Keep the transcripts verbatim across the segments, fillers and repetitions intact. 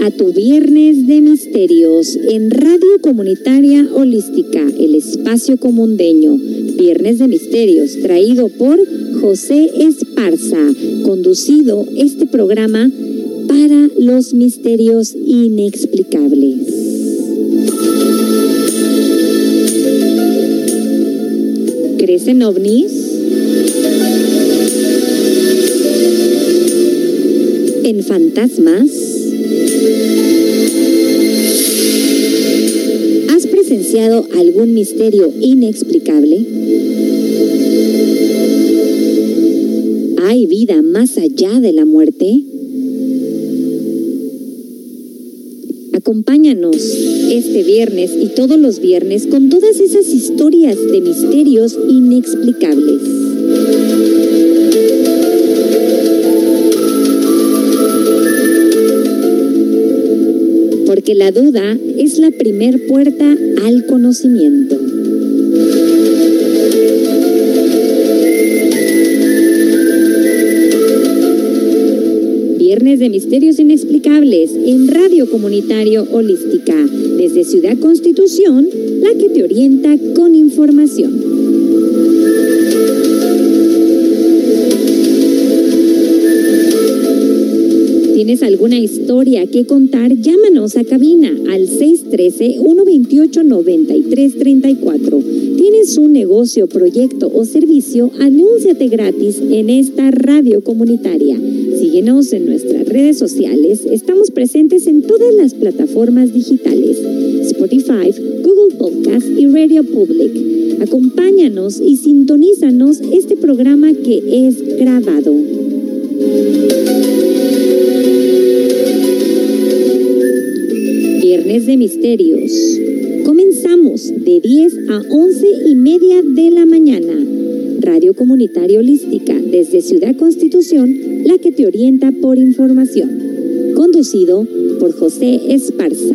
a tu Viernes de Misterios en Radio Comunitaria Holística, el espacio comundeño. Viernes de Misterios, traído por José Esparza, conducido este programa para los misterios inexplicables. ¿Crees en ovnis? ¿En fantasmas? ¿Has presenciado algún misterio inexplicable? ¿Hay vida más allá de la muerte? Acompáñanos este viernes y todos los viernes con todas esas historias de misterios inexplicables. Porque la duda es la primer puerta al conocimiento. Viernes de Misterios Inexplicables en Radio Comunitario Holística, desde Ciudad Constitución, la que te orienta con información. ¿Tienes alguna historia que contar? Llámanos a cabina al seis uno tres, uno dos ocho, nueve tres tres cuatro. ¿Tienes un negocio, proyecto o servicio? Anúnciate gratis en esta radio comunitaria. Síguenos en nuestras redes sociales. Estamos presentes en todas las plataformas digitales: Spotify, Google Podcast y Radio Public. Acompáñanos y sintonízanos este programa que es grabado. Viernes de Misterios. Comenzamos de diez a once y media de la mañana. Radio Comunitaria Holística desde Ciudad Constitución, la que te orienta por información. Conducido por José Esparza.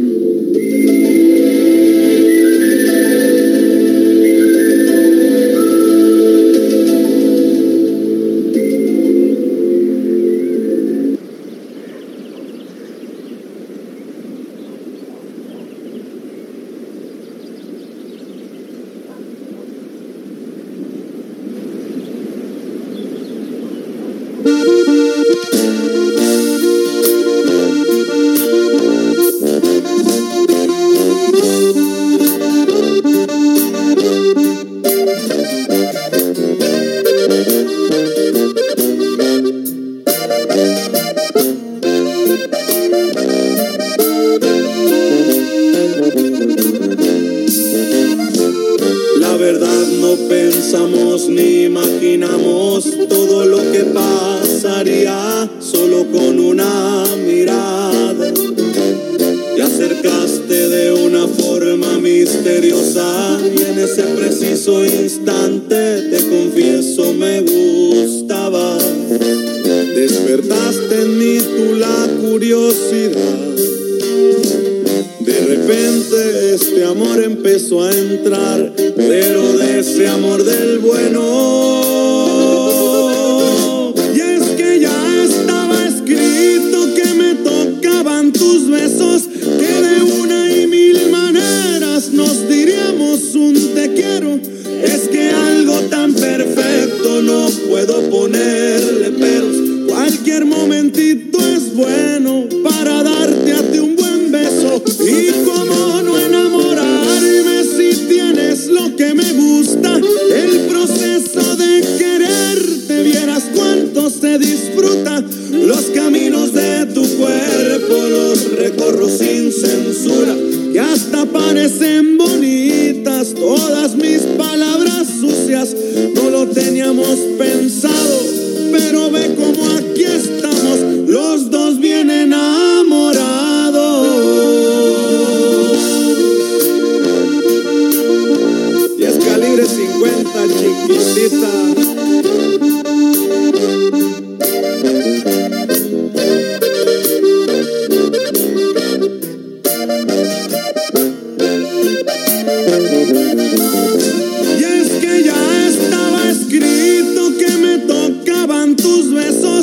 Y es que ya estaba escrito que me tocaban tus besos.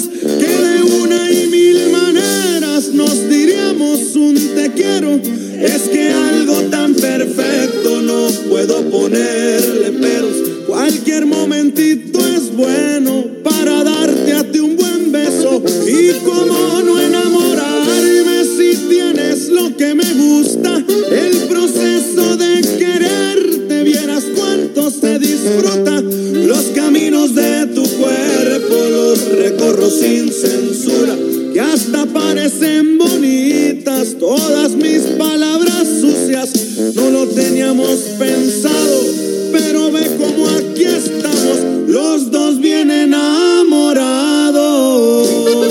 Es que algo tan perfecto no puedo ponerle peros. Cualquier momentito es bueno para darte a ti un buen beso. Y cómo no enamorarme si tienes lo que me gusta. El proceso de quererte, vieras cuánto se disfruta. Los caminos de tu cuerpo los recorro sin censura, que hasta parecen bonitas todas mis palabras sucias. No lo teníamos pensado, pero ve como aquí estamos, los dos bien enamorados.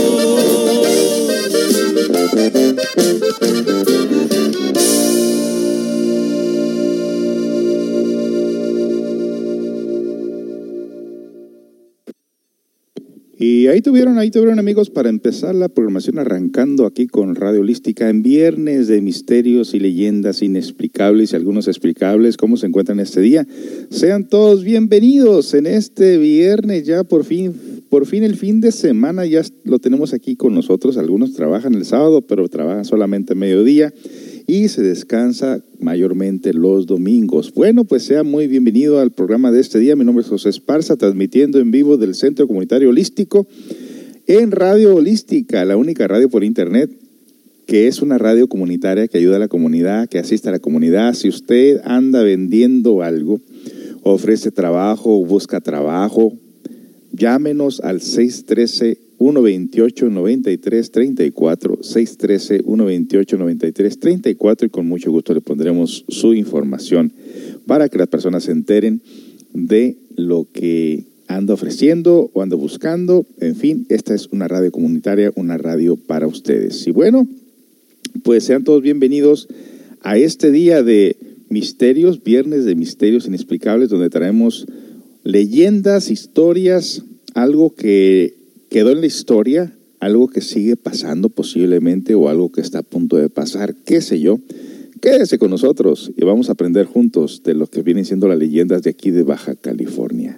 Y ahí tuvieron, ahí tuvieron amigos para empezar la programación, arrancando aquí con Radio Holística en viernes de misterios y leyendas inexplicables y algunos explicables. ¿Cómo se encuentran este día? Sean todos bienvenidos en este viernes, ya por fin, por fin el fin de semana ya lo tenemos aquí con nosotros. Algunos trabajan el sábado, pero trabajan solamente mediodía y se descansa mayormente los domingos. Bueno, pues sea muy bienvenido al programa de este día. Mi nombre es José Esparza, transmitiendo en vivo del Centro Comunitario Holístico en Radio Holística, la única radio por internet que es una radio comunitaria que ayuda a la comunidad, que asiste a la comunidad. Si usted anda vendiendo algo, ofrece trabajo, busca trabajo, llámenos al seis uno tres, uno dos ocho, nueve tres tres cuatro, seis uno tres, uno dos ocho, nueve tres tres cuatro, y con mucho gusto le pondremos su información para que las personas se enteren de lo que anda ofreciendo o anda buscando. En fin, esta es una radio comunitaria, una radio para ustedes. Y bueno, pues sean todos bienvenidos a este día de misterios, viernes de misterios inexplicables, donde traemos leyendas, historias, algo que quedó en la historia, algo que sigue pasando posiblemente o algo que está a punto de pasar, qué sé yo. Quédese con nosotros y vamos a aprender juntos de lo que vienen siendo las leyendas de aquí de Baja California.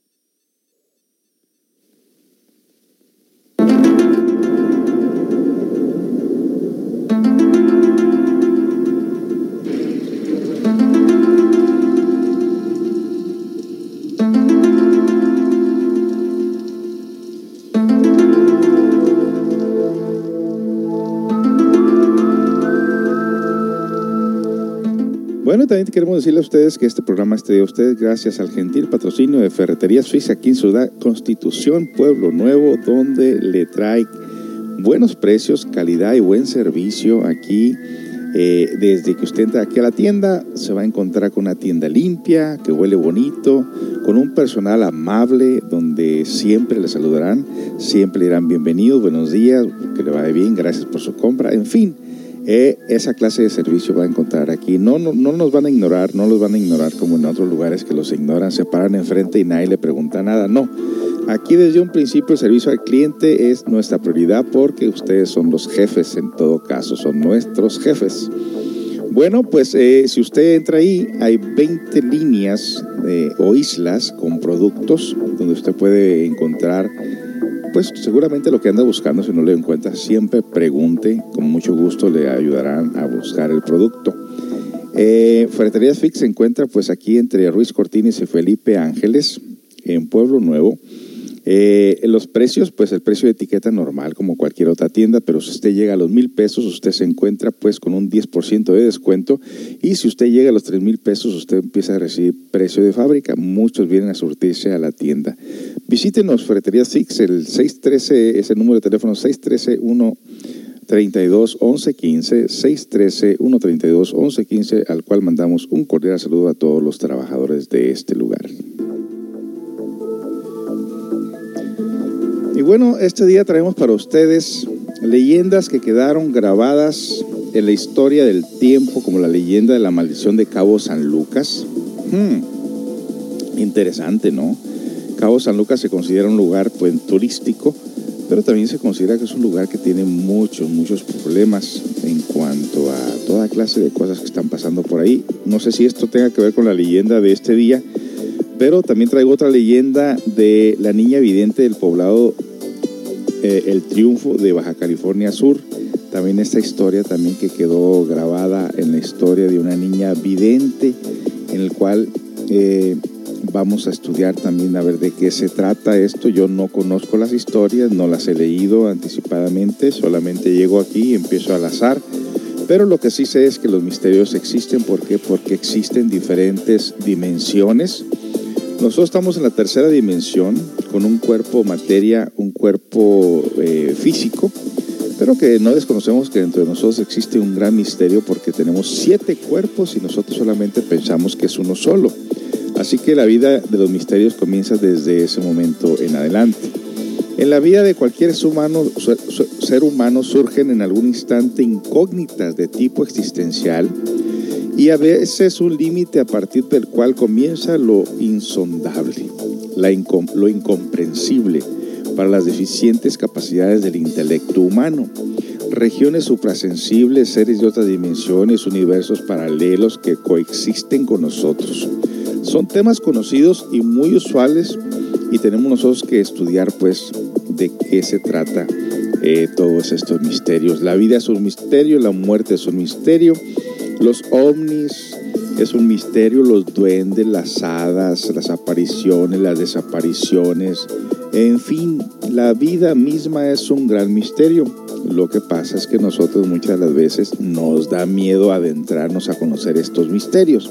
Bueno, también queremos decirle a ustedes que este programa esté de ustedes gracias al gentil patrocinio de Ferreterías Suiza aquí en Ciudad Constitución, Pueblo Nuevo, donde le trae buenos precios, calidad y buen servicio aquí. Eh, desde que usted entra aquí a la tienda, se va a encontrar con una tienda limpia, que huele bonito, con un personal amable, donde siempre le saludarán, siempre le dirán bienvenidos, buenos días, que le vaya bien, gracias por su compra, en fin. Eh, esa clase de servicio va a encontrar aquí. No, no, no nos van a ignorar, no los van a ignorar como en otros lugares que los ignoran, se paran enfrente y nadie le pregunta nada. No, aquí desde un principio el servicio al cliente es nuestra prioridad, porque ustedes son los jefes, en todo caso, son nuestros jefes. Bueno, pues eh, si usted entra ahí, hay veinte líneas eh, o islas con productos donde usted puede encontrar pues seguramente lo que anda buscando. Si no lo encuentra, siempre pregunte, con mucho gusto le ayudarán a buscar el producto. Eh, Ferreterías Fix se encuentra pues aquí entre Ruiz Cortines y Felipe Ángeles, en Pueblo Nuevo. Eh, los precios, pues el precio de etiqueta normal como cualquier otra tienda, pero si usted llega a los mil pesos, usted se encuentra pues con un diez por ciento de descuento, y si usted llega a los tres mil pesos, usted empieza a recibir precio de fábrica. Muchos vienen a surtirse a la tienda. Visítenos, Ferreterías Fix, el seis uno tres, es el número de teléfono seis uno tres, uno tres dos, once quince, seis uno tres, uno tres dos, once quince, al cual mandamos un cordial saludo a todos los trabajadores de este lugar. Y bueno, este día traemos para ustedes leyendas que quedaron grabadas en la historia del tiempo, como la leyenda de la maldición de Cabo San Lucas. Hmm, interesante, ¿no? Cabo San Lucas se considera un lugar pues turístico, pero también se considera que es un lugar que tiene muchos, muchos problemas en cuanto a toda clase de cosas que están pasando por ahí. No sé si esto tenga que ver con la leyenda de este día, pero también traigo otra leyenda de la niña vidente del poblado eh, El Triunfo de Baja California Sur. también esta historia también que quedó grabada en la historia de una niña vidente, en el cual eh, vamos a estudiar también a ver de qué se trata esto. Yo no conozco las historias, no las he leído anticipadamente, solamente llego aquí y empiezo al azar. Pero lo que sí sé es que los misterios existen. ¿Por qué? Porque existen diferentes dimensiones. Nosotros estamos en la tercera dimensión, con un cuerpo materia, un cuerpo eh, físico, pero que no desconocemos que dentro de nosotros existe un gran misterio, porque tenemos siete cuerpos y nosotros solamente pensamos que es uno solo. Así que la vida de los misterios comienza desde ese momento en adelante. En la vida de cualquier ser humano, ser humano surgen en algún instante incógnitas de tipo existencial, y a veces un límite a partir del cual comienza lo insondable, la incom- lo incomprensible para las deficientes capacidades del intelecto humano. Regiones suprasensibles, seres de otras dimensiones, universos paralelos que coexisten con nosotros. Son temas conocidos y muy usuales, y tenemos nosotros que estudiar pues de qué se trata eh, todos estos misterios. La vida es un misterio, la muerte es un misterio, los ovnis es un misterio, los duendes, las hadas, las apariciones, las desapariciones, en fin, la vida misma es un gran misterio. Lo que pasa es que nosotros muchas de las veces nos da miedo adentrarnos a conocer estos misterios.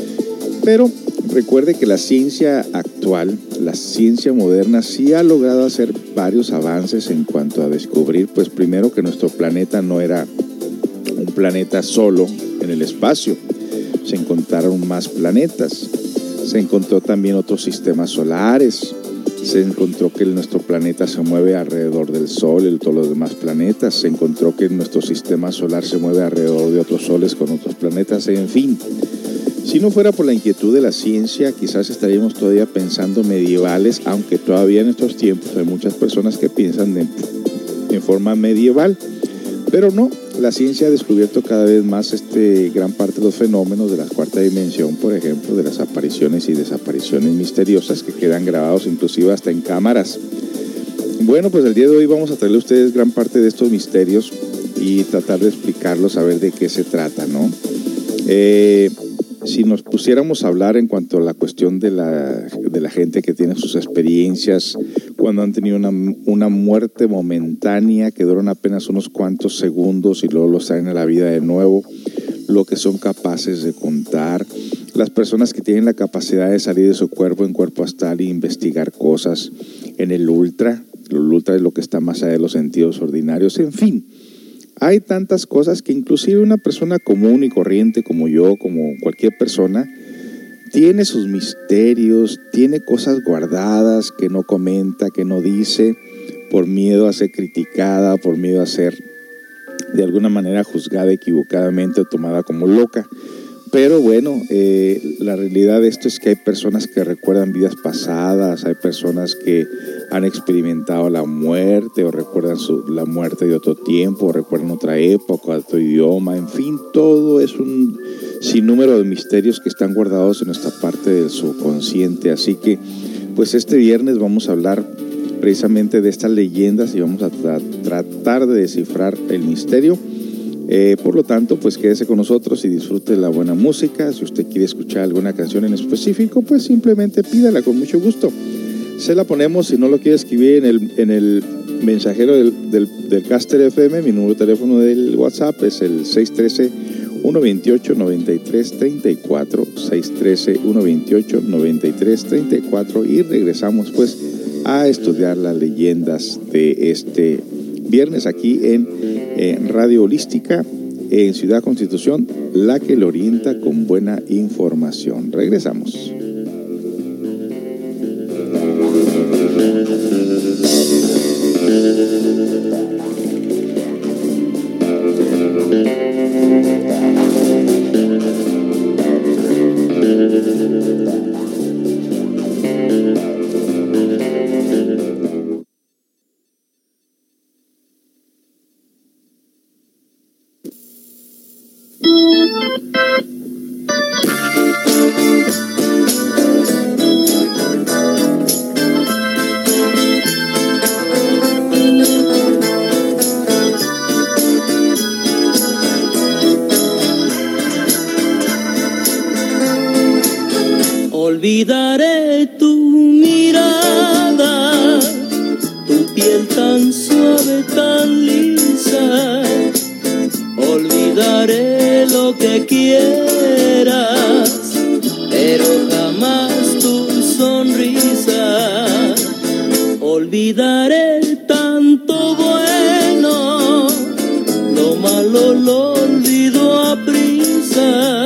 Pero recuerde que la ciencia actual, la ciencia moderna, sí ha logrado hacer varios avances en cuanto a descubrir, pues primero, que nuestro planeta no era un planeta solo en el espacio. Se encontraron más planetas, se encontró también otros sistemas solares, se encontró que nuestro planeta se mueve alrededor del Sol y todos los demás planetas, se encontró que nuestro sistema solar se mueve alrededor de otros soles con otros planetas, en fin. Si no fuera por la inquietud de la ciencia, quizás estaríamos todavía pensando medievales, aunque todavía en estos tiempos hay muchas personas que piensan de, en forma medieval, pero no. La ciencia ha descubierto cada vez más este, gran parte de los fenómenos de la cuarta dimensión, por ejemplo, de las apariciones y desapariciones misteriosas que quedan grabados inclusive hasta en cámaras. Bueno, pues el día de hoy vamos a traerle a ustedes gran parte de estos misterios y tratar de explicarlos, a ver de qué se trata, ¿no? Eh, si nos pusiéramos a hablar en cuanto a la cuestión de la, de la gente que tiene sus experiencias cuando han tenido una, una muerte momentánea que duran apenas unos cuantos segundos y luego los traen a la vida de nuevo, lo que son capaces de contar, las personas que tienen la capacidad de salir de su cuerpo en cuerpo astral e investigar cosas en el ultra, el ultra es lo que está más allá de los sentidos ordinarios, en fin. Hay tantas cosas que inclusive una persona común y corriente como yo, como cualquier persona, tiene sus misterios, tiene cosas guardadas que no comenta, que no dice, por miedo a ser criticada, por miedo a ser de alguna manera juzgada equivocadamente o tomada como loca. Pero bueno, eh, la realidad de esto es que hay personas que recuerdan vidas pasadas, hay personas que han experimentado la muerte o recuerdan su, la muerte de otro tiempo, o recuerdan otra época, otro idioma, en fin, todo es un sinnúmero de misterios que están guardados en nuestra parte del subconsciente. Así que, pues este viernes vamos a hablar precisamente de estas leyendas y vamos a tra- tratar de descifrar el misterio. Eh, por lo tanto, pues quédese con nosotros y disfrute de la buena música. Si usted quiere escuchar alguna canción en específico, pues simplemente pídala con mucho gusto. Se la ponemos. Si no lo quiere escribir en el, en el mensajero del, del, del Caster F M, mi número de teléfono del WhatsApp es el seis uno tres, uno dos ocho, nueve tres tres cuatro, seis uno tres, uno dos ocho, nueve tres tres cuatro, y regresamos pues a estudiar las leyendas de este viernes aquí en, en Radio Holística, en Ciudad Constitución, la que le orienta con buena información. Regresamos. Olvidaré tu mirada, tu piel tan suave, tan lisa. Olvidaré lo que quieras, pero jamás tu sonrisa. Olvidaré tanto bueno, lo malo lo olvido a prisa.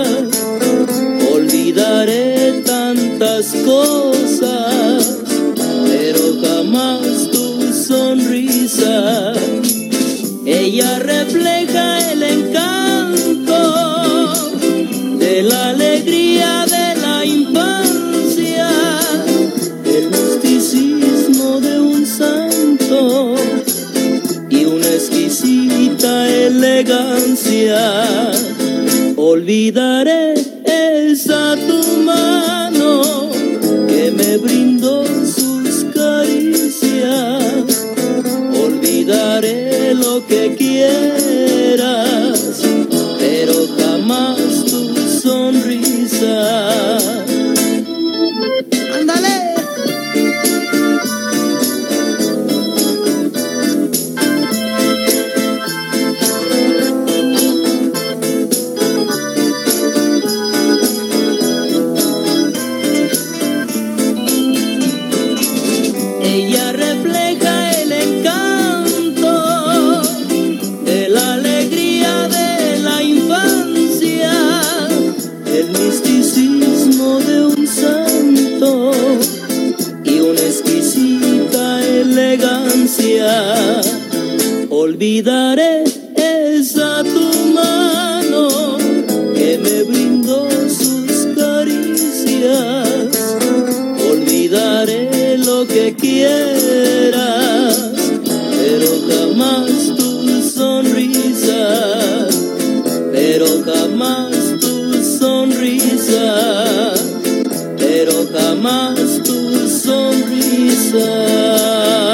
Olvidaré tantas cosas, pero jamás tu sonrisa. Ella refleja el encanto de la alegría de la infancia, el misticismo de un santo y una exquisita elegancia. Olvidaré esa tu mano que me brindó sus caricias. Olvidaré lo que quieras, pero jamás tu sonrisa. ¡Ándale! Ella refleja el encanto de la alegría de la infancia, el misticismo de un santo y una exquisita elegancia. Olvidaré esa tu mano que me brindó sus caricias. Olvidaré lo que quieras, pero jamás tu sonrisa, pero jamás tu sonrisa, pero jamás tu sonrisa.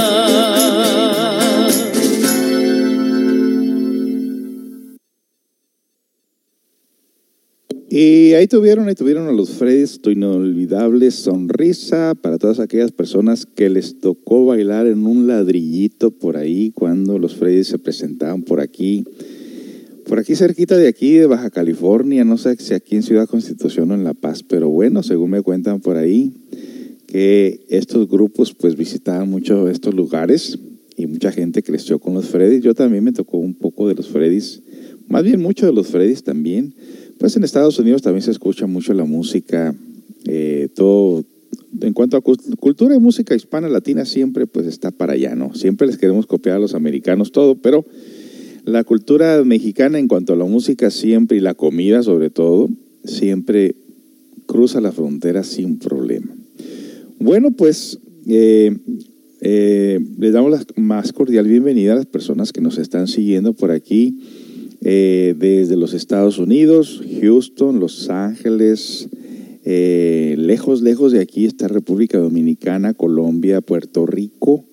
Y ahí tuvieron, ahí tuvieron a los Freddys, tu inolvidable sonrisa para todas aquellas personas que les tocó bailar en un ladrillito por ahí cuando los Freddys se presentaban por aquí, por aquí cerquita de aquí, de Baja California, no sé si aquí en Ciudad Constitución o en La Paz, pero bueno, según me cuentan por ahí, que estos grupos pues visitaban mucho estos lugares y mucha gente creció con los Freddys. Yo también me tocó un poco de los Freddys, más bien mucho de los Freddys también. Pues en Estados Unidos también se escucha mucho la música, eh, todo en cuanto a cultura y música hispana latina siempre pues está para allá, ¿no? Siempre les queremos copiar a los americanos todo, pero la cultura mexicana en cuanto a la música siempre, y la comida sobre todo, siempre cruza la frontera sin problema. Bueno, pues eh, eh, les damos la más cordial bienvenida a las personas que nos están siguiendo por aquí. Eh, desde los Estados Unidos, Houston, Los Ángeles, eh, lejos, lejos de aquí está República Dominicana, Colombia, Puerto Rico.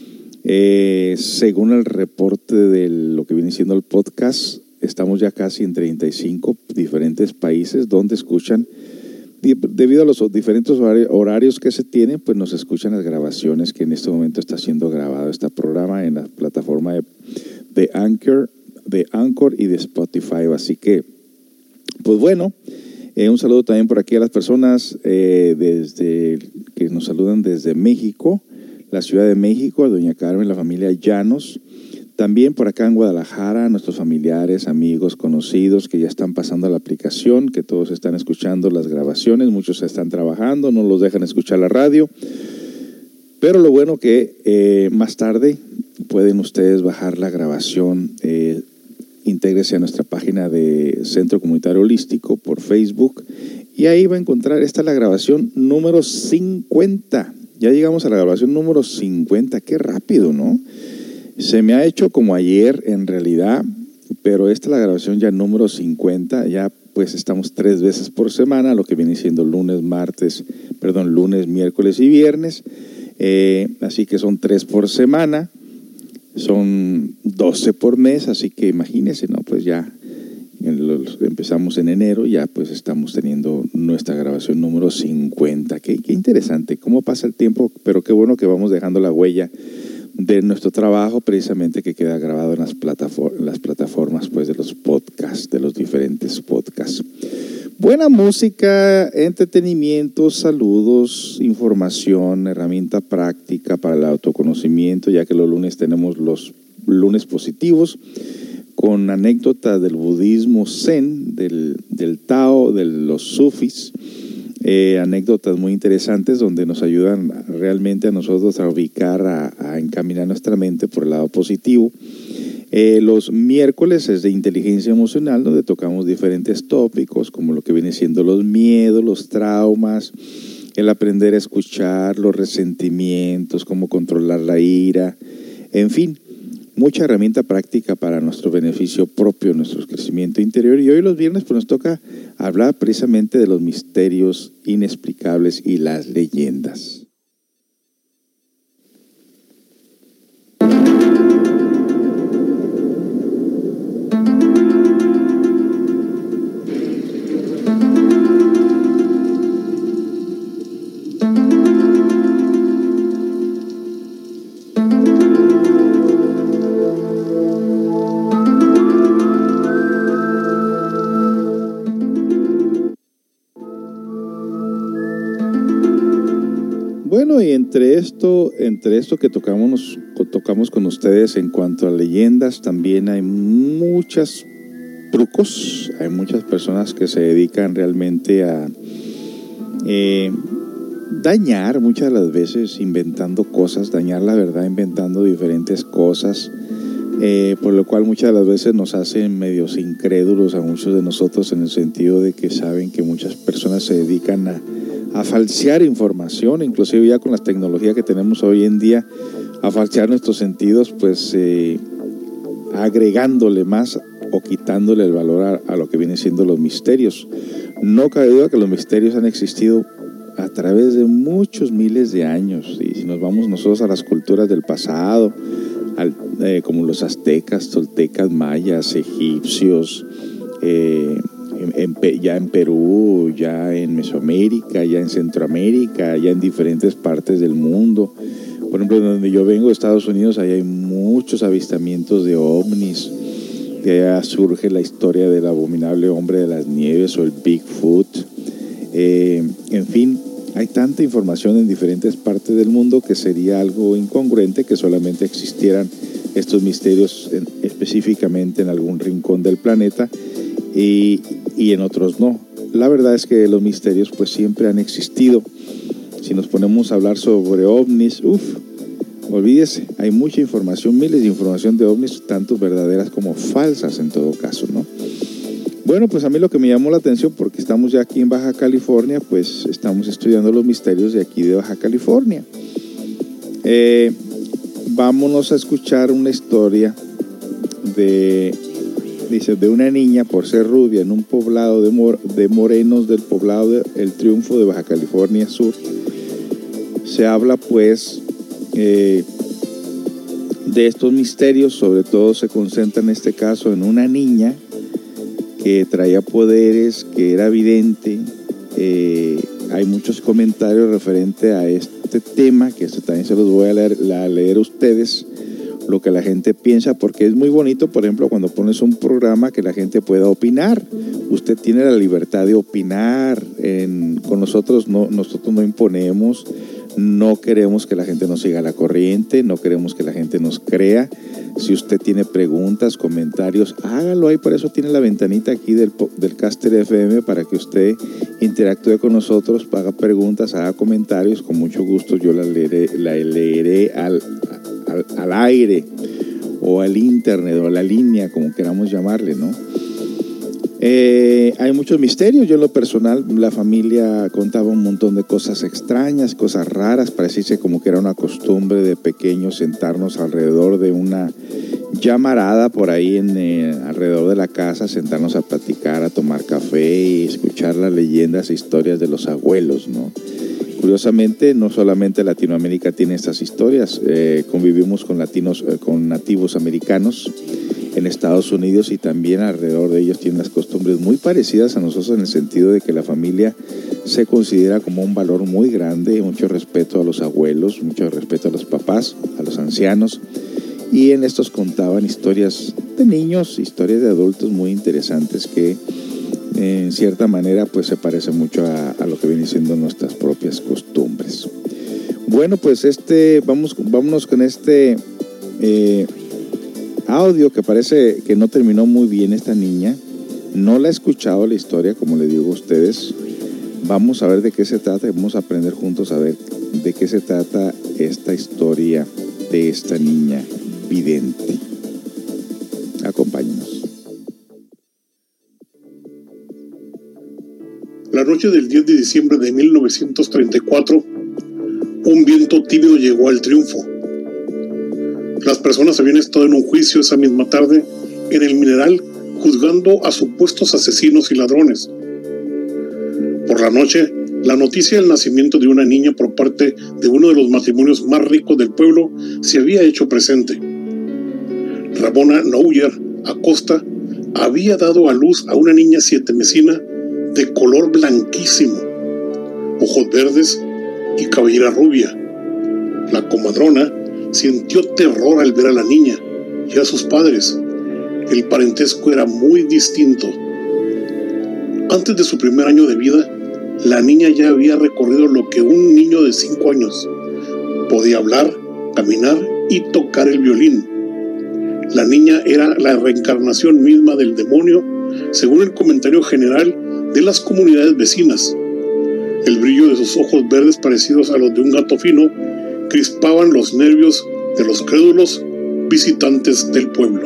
Eh, según el reporte de lo que viene siendo el podcast, estamos ya casi en treinta y cinco diferentes países donde escuchan, debido a los diferentes horarios que se tienen, pues nos escuchan las grabaciones que en este momento está siendo grabado este programa en la plataforma de, de Anchor, de Anchor y de Spotify. Así que, pues bueno, eh, un saludo también por aquí a las personas eh, desde que nos saludan desde México, la Ciudad de México, a doña Carmen, la familia Llanos. También por acá en Guadalajara, nuestros familiares, amigos, conocidos que ya están pasando a la aplicación, que todos están escuchando las grabaciones, muchos están trabajando, no los dejan escuchar la radio. Pero lo bueno que eh, más tarde pueden ustedes bajar la grabación, eh, intégrese a nuestra página de Centro Comunitario Holístico por Facebook y ahí va a encontrar, esta es la grabación número cincuenta. Ya llegamos a la grabación número cincuenta, qué rápido, ¿no? Se me ha hecho como ayer en realidad, pero esta es la grabación ya número cincuenta, ya pues estamos tres veces por semana, lo que viene siendo lunes, martes, perdón, lunes, miércoles y viernes, eh, así que son tres por semana. Son doce por mes, así que imagínense, ¿no? Pues ya En los, empezamos en enero, ya pues estamos teniendo nuestra grabación número cincuenta. Qué, qué interesante, cómo pasa el tiempo, pero qué bueno que vamos dejando la huella de nuestro trabajo, precisamente que queda grabado en las, plataform las plataformas pues, de los podcasts, de los diferentes podcasts. Buena música, entretenimiento, saludos, información, herramienta práctica para el autoconocimiento, ya que los lunes tenemos los lunes positivos, con anécdotas del budismo zen, del, del Tao, de los sufis, eh, anécdotas muy interesantes donde nos ayudan realmente a nosotros a ubicar, a, a encaminar nuestra mente por el lado positivo. Eh, los miércoles es de inteligencia emocional, donde tocamos diferentes tópicos, como lo que viene siendo los miedos, los traumas, el aprender a escuchar, los resentimientos, cómo controlar la ira, en fin, mucha herramienta práctica para nuestro beneficio propio, nuestro crecimiento interior. Y hoy los viernes pues, nos toca hablar precisamente de los misterios inexplicables y las leyendas. Bueno, y entre esto, entre esto que tocamos, tocamos con ustedes en cuanto a leyendas, también hay muchos trucos, hay muchas personas que se dedican realmente a eh, dañar muchas de las veces inventando cosas, dañar la verdad inventando diferentes cosas, eh, por lo cual muchas de las veces nos hacen medios incrédulos a muchos de nosotros, en el sentido de que saben que muchas personas se dedican a a falsear información, inclusive ya con las tecnologías que tenemos hoy en día, a falsear nuestros sentidos, pues eh, agregándole más o quitándole el valor a, a lo que vienen siendo los misterios. No cabe duda que los misterios han existido a través de muchos miles de años, y si nos vamos nosotros a las culturas del pasado, al, eh, como los aztecas, toltecas, mayas, egipcios, eh, En, en, ya en Perú, ya en Mesoamérica, ya en Centroamérica, ya en diferentes partes del mundo. Por ejemplo, donde yo vengo, de Estados Unidos, ahí hay muchos avistamientos de ovnis. De allá surge la historia del abominable hombre de las nieves o el Bigfoot. Eh, en fin, hay tanta información en diferentes partes del mundo que sería algo incongruente que solamente existieran estos misterios en, específicamente en algún rincón del planeta. Y, y en otros no. La verdad es que los misterios pues siempre han existido. Si nos ponemos a hablar sobre ovnis, uff, olvídese, hay mucha información, miles de información de ovnis, tanto verdaderas como falsas en todo caso, ¿no? Bueno, pues a mí lo que me llamó la atención, porque estamos ya aquí en Baja California, pues estamos estudiando los misterios de aquí de Baja California. Eh, vámonos a escuchar una historia de... Dice, de una niña por ser rubia en un poblado de, mor de morenos del poblado de El Triunfo de Baja California Sur. Se habla pues eh, de estos misterios, sobre todo se concentra en este caso en una niña que traía poderes, que era vidente. Eh, hay muchos comentarios referente a este tema, que esto también se los voy a leer, a leer a ustedes, lo que la gente piensa, porque es muy bonito, por ejemplo, cuando pones un programa que la gente pueda opinar. Usted tiene la libertad de opinar. En, con nosotros no, nosotros no imponemos, no queremos que la gente nos siga la corriente, no queremos que la gente nos crea. Si usted tiene preguntas, comentarios, hágalo ahí, por eso tiene la ventanita aquí del, del Caster F M, para que usted interactúe con nosotros, haga preguntas, haga comentarios, con mucho gusto yo la leeré, la leeré al Al, al aire o al internet o a la línea, como queramos llamarle, ¿no? Eh, hay muchos misterios. Yo en lo personal, la familia contaba un montón de cosas extrañas, cosas raras. Parecía como que era una costumbre de pequeños sentarnos alrededor de una llamarada por ahí en eh, alrededor de la casa, sentarnos a platicar, a tomar café y escuchar las leyendas e historias de los abuelos, ¿no? Curiosamente, no solamente Latinoamérica tiene estas historias, eh, convivimos con latinos, eh, con nativos americanos, en Estados Unidos, y también alrededor de ellos tienen las costumbres muy parecidas a nosotros, en el sentido de que la familia se considera como un valor muy grande, mucho respeto a los abuelos, mucho respeto a los papás, a los ancianos, y en estos contaban historias de niños, historias de adultos muy interesantes que en cierta manera pues se parece mucho a, a lo que viene siendo nuestras propias costumbres. Bueno, pues este vamos vámonos con este eh, audio que parece que no terminó muy bien esta niña. No la he escuchado la historia, como le digo a ustedes. Vamos a ver de qué se trata y vamos a aprender juntos a ver de qué se trata esta historia de esta niña vidente. Acompáñenos. La noche del diez de diciembre de mil novecientos treinta y cuatro, un viento tímido llegó al Triunfo. Las personas habían estado en un juicio esa misma tarde en el Mineral, juzgando a supuestos asesinos y ladrones. Por la noche, la noticia del nacimiento de una niña por parte de uno de los matrimonios más ricos del pueblo se había hecho presente. Ramona Nouyer Acosta había dado a luz a una niña sietemesina de color blanquísimo, ojos verdes y cabellera rubia. La comadrona sintió terror al ver a la niña y a sus padres. El parentesco era muy distinto. Antes de su primer año de vida, la niña ya había recorrido lo que un niño de cinco años podía: hablar, caminar y tocar el violín. La niña era la reencarnación misma del demonio, según el comentario general de las comunidades vecinas. El brillo de sus ojos verdes, parecidos a los de un gato fino, crispaban los nervios de los crédulos visitantes del pueblo.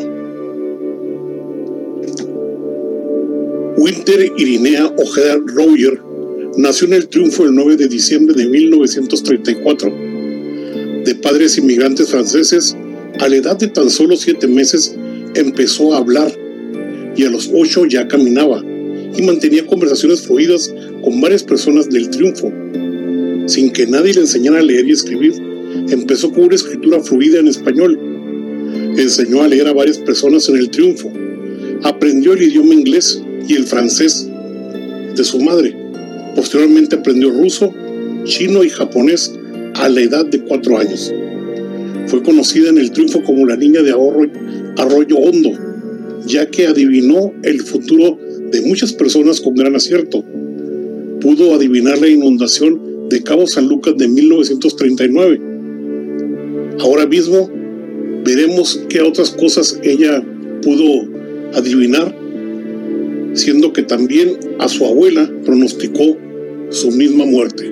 Winter Irinea Ojeda Roger nació en el Triunfo el nueve de diciembre de mil novecientos treinta y cuatro. De padres inmigrantes franceses, a la edad de tan solo siete meses empezó a hablar, y a los ocho ya caminaba y mantenía conversaciones fluidas con varias personas del Triunfo. Sin que nadie le enseñara a leer y escribir, empezó con una escritura fluida en español. Enseñó a leer a varias personas en el Triunfo. Aprendió el idioma inglés y el francés de su madre. Posteriormente aprendió ruso, chino y japonés a la edad de cuatro años. Fue conocida en el Triunfo como la niña de Arroyo, Arroyo Hondo, ya que adivinó el futuro de muchas personas con gran acierto. Pudo adivinar la inundación de Cabo San Lucas de mil novecientos treinta y nueve. Ahora mismo veremos qué otras cosas ella pudo adivinar, siendo que también a su abuela pronosticó su misma muerte.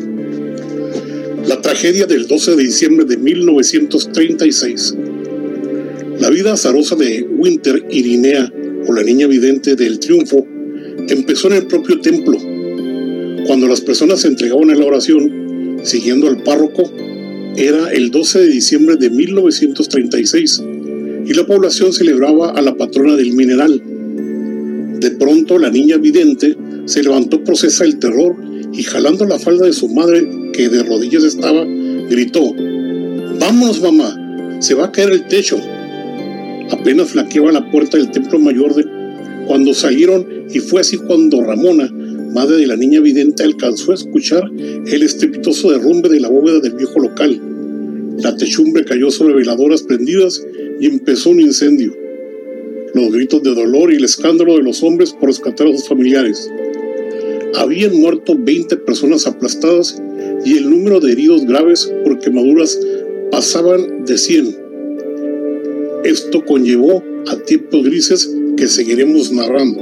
La tragedia del doce de diciembre de mil novecientos treinta y seis. La vida azarosa de Winter Irinea, o la niña vidente del Triunfo, empezó en el propio templo. Cuando las personas se entregaban a la oración, siguiendo al párroco, era el doce de diciembre de mil novecientos treinta y seis, y la población celebraba a la patrona del Mineral. De pronto, la niña vidente se levantó procesa el terror y, jalando la falda de su madre, que de rodillas estaba, gritó: «¡Vámonos, mamá! ¡Se va a caer el techo!». Apenas flaqueaba la puerta del templo mayor de cuando salieron, y fue así cuando Ramona, madre de la niña vidente, alcanzó a escuchar el estrepitoso derrumbe de la bóveda del viejo local. La techumbre cayó sobre veladoras prendidas y empezó un incendio. Los gritos de dolor y el escándalo de los hombres por rescatar a sus familiares. Habían muerto veinte personas aplastadas y el número de heridos graves por quemaduras pasaban de cien. Esto conllevó a tiempos grises que seguiremos narrando.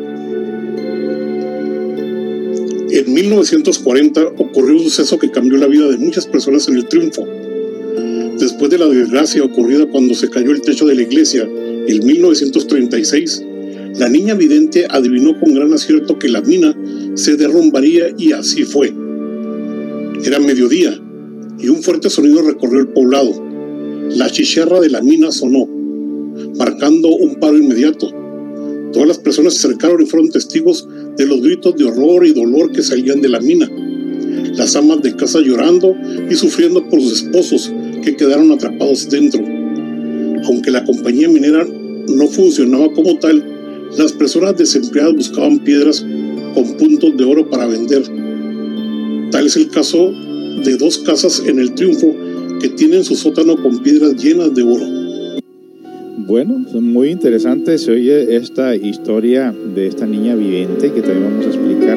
En mil novecientos cuarenta ocurrió un suceso que cambió la vida de muchas personas en el Triunfo. Después de la desgracia ocurrida cuando se cayó el techo de la iglesia en mil novecientos treinta y seis, la niña vidente adivinó con gran acierto que la mina se derrumbaría, y así fue. Era mediodía y un fuerte sonido recorrió el poblado. La chicharra de la mina sonó, marcando un paro inmediato. Todas las personas se acercaron y fueron testigos de los gritos de horror y dolor que salían de la mina. Las amas de casa llorando y sufriendo por sus esposos que quedaron atrapados dentro. Aunque la compañía minera no funcionaba como tal, las personas desempleadas buscaban piedras con puntos de oro para vender. Tal es el caso de dos casas en el Triunfo que tienen su sótano con piedras llenas de oro. Bueno, muy interesante se oye esta historia de esta niña vidente que también vamos a explicar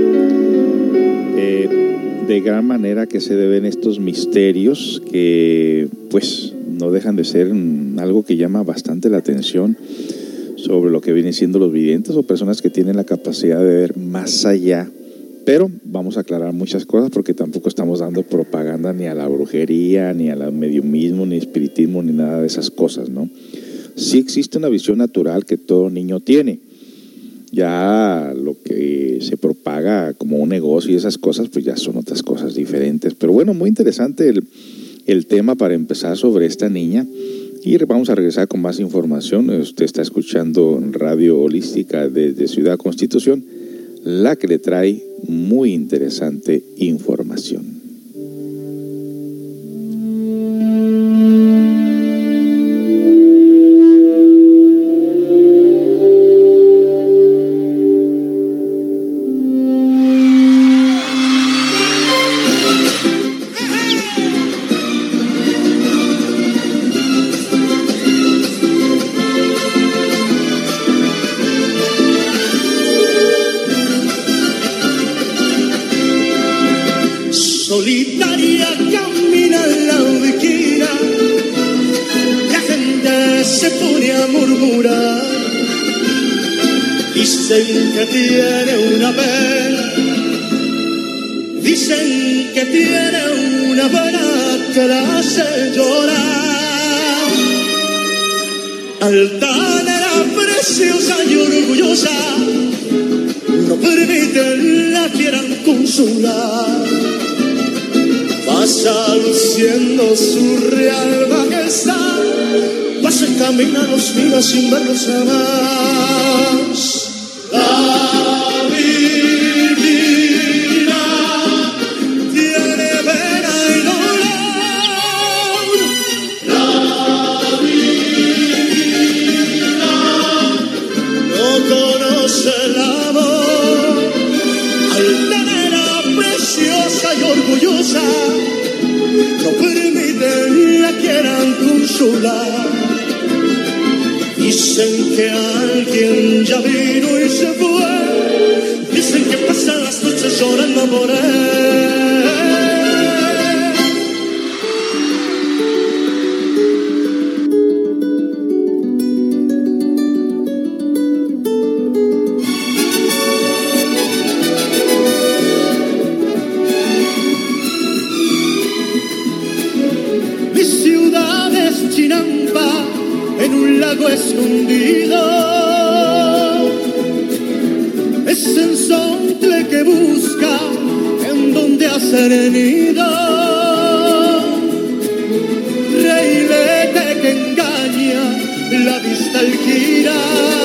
eh, de gran manera que se deben estos misterios que pues no dejan de ser algo que llama bastante la atención sobre lo que vienen siendo los videntes o personas que tienen la capacidad de ver más allá. Pero vamos a aclarar muchas cosas porque tampoco estamos dando propaganda ni a la brujería, ni al mediumismo, ni espiritismo, ni nada de esas cosas, ¿no? Sí existe una visión natural que todo niño tiene. Ya lo que se propaga como un negocio y esas cosas, pues ya son otras cosas diferentes. Pero bueno, muy interesante el, el tema para empezar sobre esta niña. Y vamos a regresar con más información. Usted está escuchando Radio Holística desde Ciudad Constitución, la que le trae muy interesante información. Solitaria camina en la esquina, la gente se pone a murmurar, dicen que tiene una pena, dicen que tiene una pena que la hace llorar. Altanera, preciosa y orgullosa, no permiten la quieran consolar. Pasa luciendo su real majestad, pasa y camina, los mira sin verlos jamás. La divina tiene pena y dolor, la divina no conoce el amor. Altanera, preciosa y orgullosa, no permiten la quieran consolar. Dicen que alguien ya vino y se fue, dicen que pasan las noches llorando por él. Escondido es el sontle que busca en donde hacer nido, reilete que engaña la vista al girar,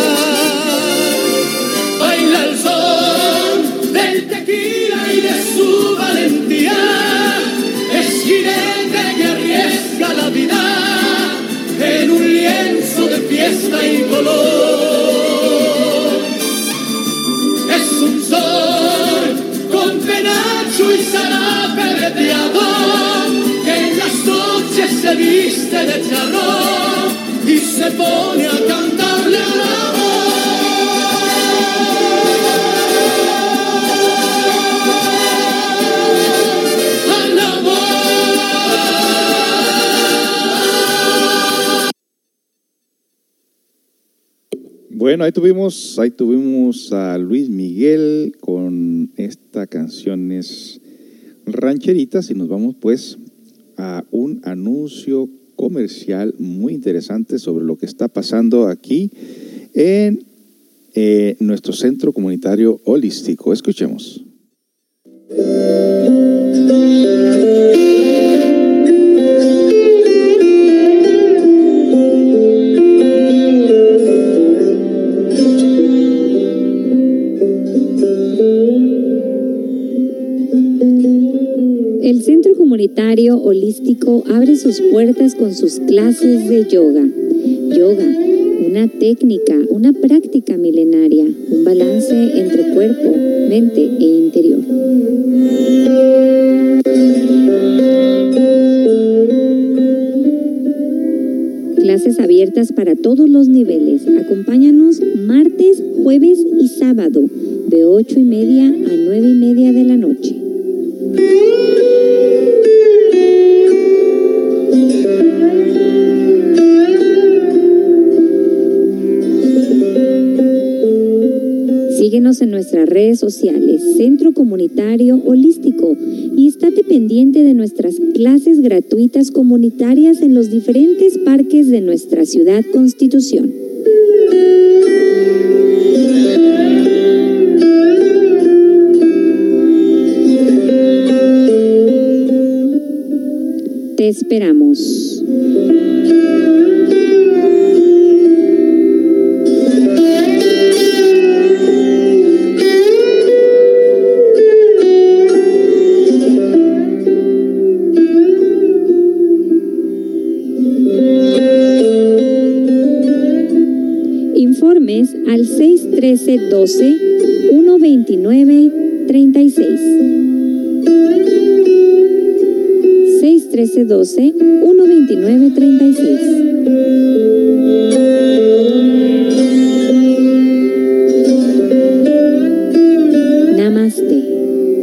baila el son del tequila y de su valentía, es jinete que arriesga la vida en un lienzo de fiesta y color. Es un sol con penacho y zarape veteado, que en las noches se viste de charro y se pone a cantarle al amor. Al amor. Bueno, ahí tuvimos, ahí tuvimos a Luis Miguel con esta canciones rancheritas y nos vamos pues a un anuncio comercial muy interesante sobre lo que está pasando aquí en eh, nuestro centro comunitario holístico. Escuchemos. El Centro Comunitario Holístico abre sus puertas con sus clases de yoga. Yoga, una técnica, una práctica milenaria, un balance entre cuerpo, mente e interior. Clases abiertas para todos los niveles. Acompáñanos martes, jueves y sábado de ocho y media a nueve y media de la noche. Síguenos en nuestras redes sociales, Centro Comunitario Holístico, y estate pendiente de nuestras clases gratuitas comunitarias en los diferentes parques de nuestra ciudad Constitución. Te esperamos. Informes al seis uno tres uno dos uno dos nueve tres seis. seis uno tres uno dos uno dos nueve tres seis. Namaste.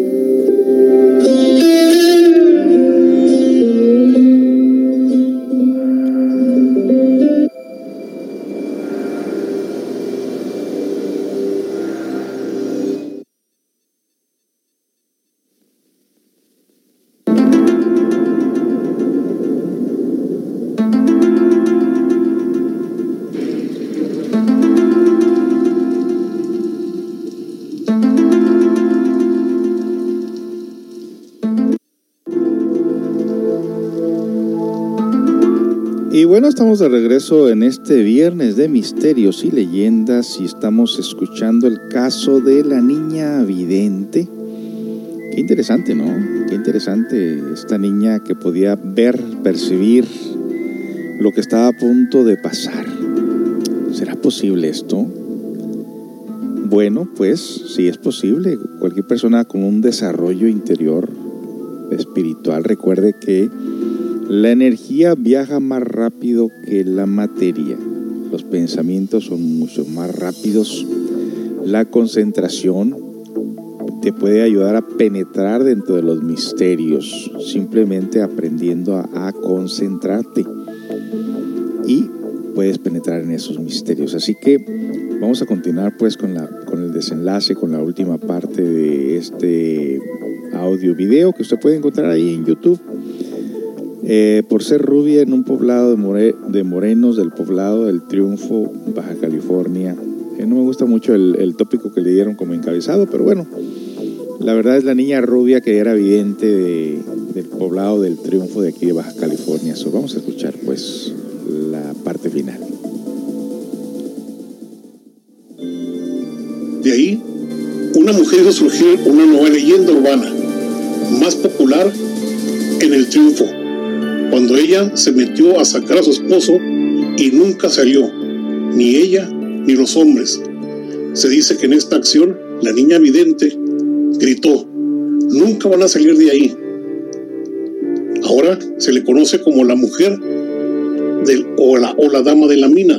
Y bueno, estamos de regreso en este viernes de misterios y leyendas y estamos escuchando el caso de la niña vidente. Qué interesante, ¿no? Qué interesante esta niña que podía ver, percibir lo que estaba a punto de pasar. ¿Será posible esto? Bueno, pues sí es posible. Cualquier persona con un desarrollo interior espiritual, recuerde que la energía viaja más rápido que la materia. Los pensamientos son mucho más rápidos. La concentración te puede ayudar a penetrar dentro de los misterios, simplemente aprendiendo a, a concentrarte. Y puedes penetrar en esos misterios. Así que vamos a continuar pues con, la, con el desenlace, con la última parte de este audio video que usted puede encontrar ahí en YouTube. Eh, por ser rubia en un poblado de, more, de morenos del poblado del Triunfo, Baja California. Eh, no me gusta mucho el, el tópico que le dieron como encabezado, pero bueno, la verdad es la niña rubia que era vidente de, del poblado del Triunfo de aquí de Baja California. So, vamos a escuchar pues la parte final. De ahí, una mujer hizo surgir una nueva leyenda urbana, más popular en el Triunfo, cuando ella se metió a sacar a su esposo y nunca salió, ni ella ni los hombres. Se dice que en esta acción la niña vidente gritó: nunca van a salir de ahí. Ahora se le conoce como la mujer del, o, la, o la dama de la mina.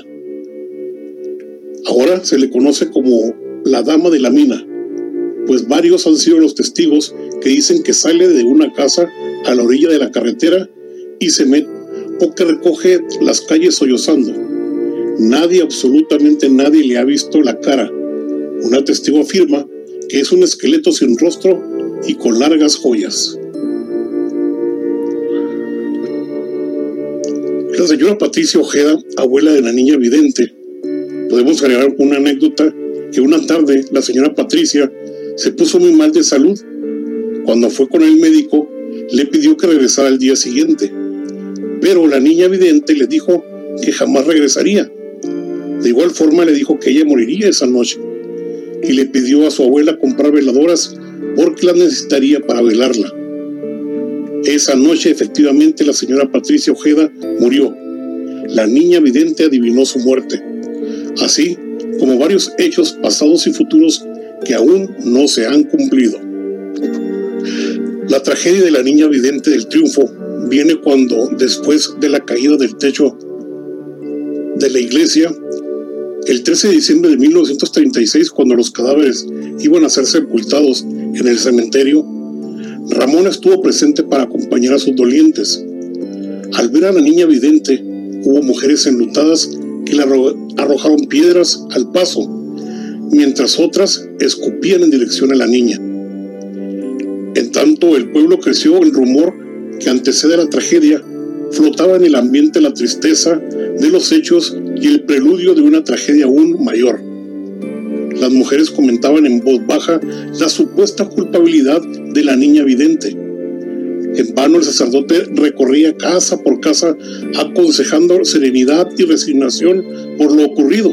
Ahora se le conoce como la dama de la mina, pues varios han sido los testigos que dicen que sale de una casa a la orilla de la carretera y se mete o que recoge las calles sollozando. Nadie, absolutamente nadie le ha visto la cara. Una testigo afirma que es un esqueleto sin rostro y con largas joyas. La señora Patricia Ojeda, abuela de la niña vidente, podemos agregar una anécdota que una tarde la señora Patricia se puso muy mal de salud. Cuando fue con el médico, le pidió que regresara al día siguiente, pero la niña vidente le dijo que jamás regresaría. De igual forma le dijo que ella moriría esa noche y le pidió a su abuela comprar veladoras porque las necesitaría para velarla. Esa noche efectivamente la señora Patricia Ojeda murió. La niña vidente adivinó su muerte. así como varios hechos pasados y futuros que aún no se han cumplido. La tragedia de la niña vidente del Triunfo viene cuando, después de la caída del techo de la iglesia, el trece de diciembre de mil novecientos treinta y seis, cuando los cadáveres iban a ser sepultados en el cementerio, Ramón estuvo presente para acompañar a sus dolientes. Al ver a la niña vidente, hubo mujeres enlutadas que le arrojaron piedras al paso, mientras otras escupían en dirección a la niña. En tanto, el pueblo creció el rumor que antecede a la tragedia. Flotaba en el ambiente la tristeza de los hechos y el preludio de una tragedia aún mayor. Las mujeres comentaban en voz baja la supuesta culpabilidad de la niña vidente. En vano el sacerdote recorría casa por casa aconsejando serenidad y resignación por lo ocurrido.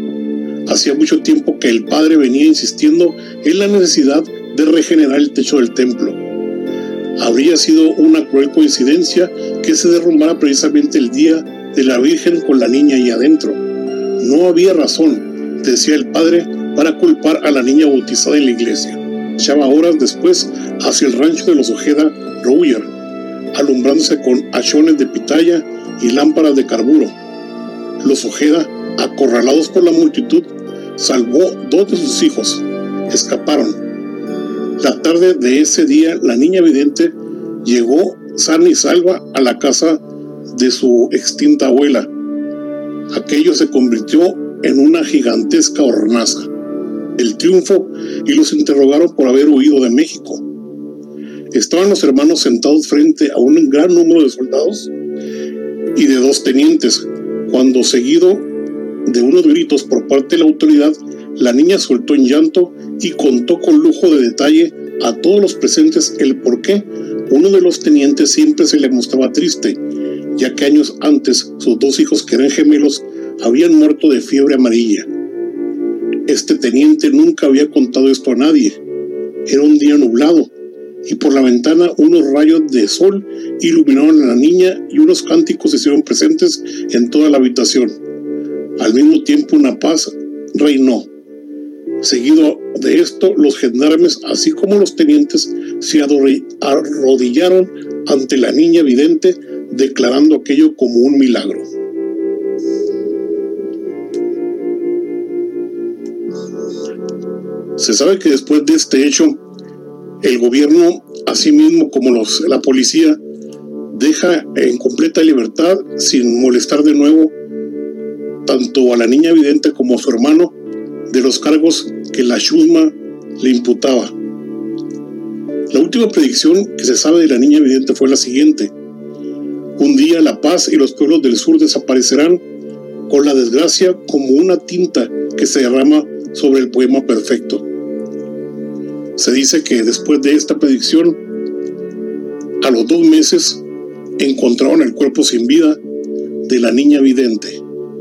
Hacía mucho tiempo que el padre venía insistiendo en la necesidad de regenerar el techo del templo. Habría sido una cruel coincidencia que se derrumbara precisamente el día de la Virgen con la niña ahí adentro. No había razón, decía el padre, para culpar a la niña bautizada en la iglesia. Echaba horas después hacia el rancho de los Ojeda Rouyer, alumbrándose con hachones de pitaya y lámparas de carburo. Los Ojeda, acorralados por la multitud, salvó dos de sus hijos. Escaparon. La tarde de ese día, la niña vidente llegó sana y salva a la casa de su extinta abuela. Aquello se convirtió en una gigantesca hornaza. El Triunfo, y los interrogaron por haber huido de México. Estaban los hermanos sentados frente a un gran número de soldados y de dos tenientes, cuando, seguido de unos gritos por parte de la autoridad, la niña soltó en llanto y contó con lujo de detalle a todos los presentes el por qué uno de los tenientes siempre se le mostraba triste, ya que años antes sus dos hijos, que eran gemelos, habían muerto de fiebre amarilla. Este teniente nunca había contado esto a nadie. Era un día nublado y por la ventana unos rayos de sol iluminaron a la niña y unos cánticos se hicieron presentes en toda la habitación. Al mismo tiempo una paz reinó. Seguido de esto, los gendarmes, así como los tenientes, se arrodillaron ante la niña vidente, declarando aquello como un milagro. Se sabe que después de este hecho, el gobierno, así mismo como los, la policía, deja en completa libertad, sin molestar de nuevo, tanto a la niña vidente como a su hermano, de los cargos que la chusma le imputaba. La última predicción que se sabe de la niña vidente fue la siguiente: un día la paz y los pueblos del sur desaparecerán con la desgracia como una tinta que se derrama sobre el poema perfecto. Se dice que después de esta predicción, a los dos meses encontraron el cuerpo sin vida de la niña vidente.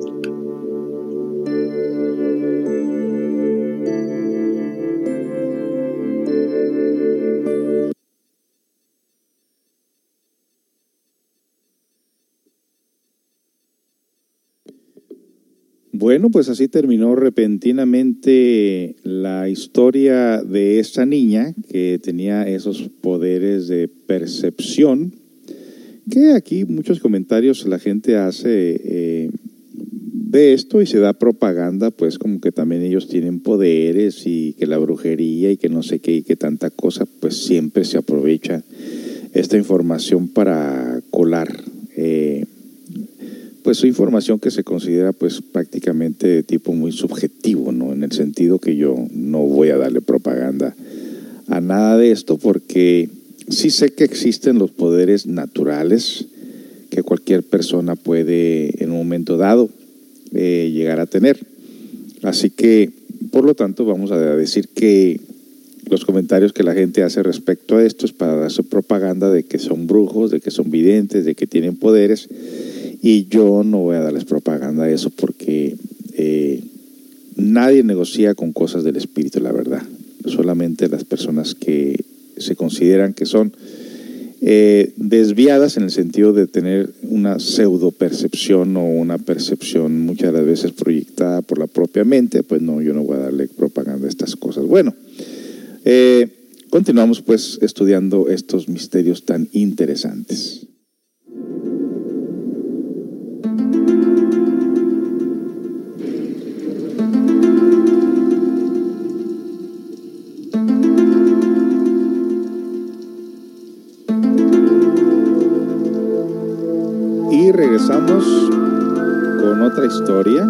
Bueno, pues así terminó repentinamente la historia de esta niña que tenía esos poderes de percepción, que aquí muchos comentarios la gente hace eh, de esto y se da propaganda, pues como que también ellos tienen poderes y que la brujería y que no sé qué y que tanta cosa, pues siempre se aprovecha esta información para colar eh, pues su información que se considera pues prácticamente de tipo muy subjetivo, ¿no? En el sentido que yo no voy a darle propaganda a nada de esto, porque sí sé que existen los poderes naturales que cualquier persona puede en un momento dado eh, llegar a tener. Así que, por lo tanto, vamos a decir que los comentarios que la gente hace respecto a esto es para dar su propaganda de que son brujos, de que son videntes, de que tienen poderes. Y yo no voy a darles propaganda a eso porque eh, nadie negocia con cosas del espíritu, la verdad. Solamente las personas que se consideran que son eh, desviadas en el sentido de tener una pseudo percepción o una percepción muchas de las veces proyectada por la propia mente. Pues no, yo no voy a darle propaganda a estas cosas. Bueno, eh, continuamos pues estudiando estos misterios tan interesantes. Y regresamos con otra historia.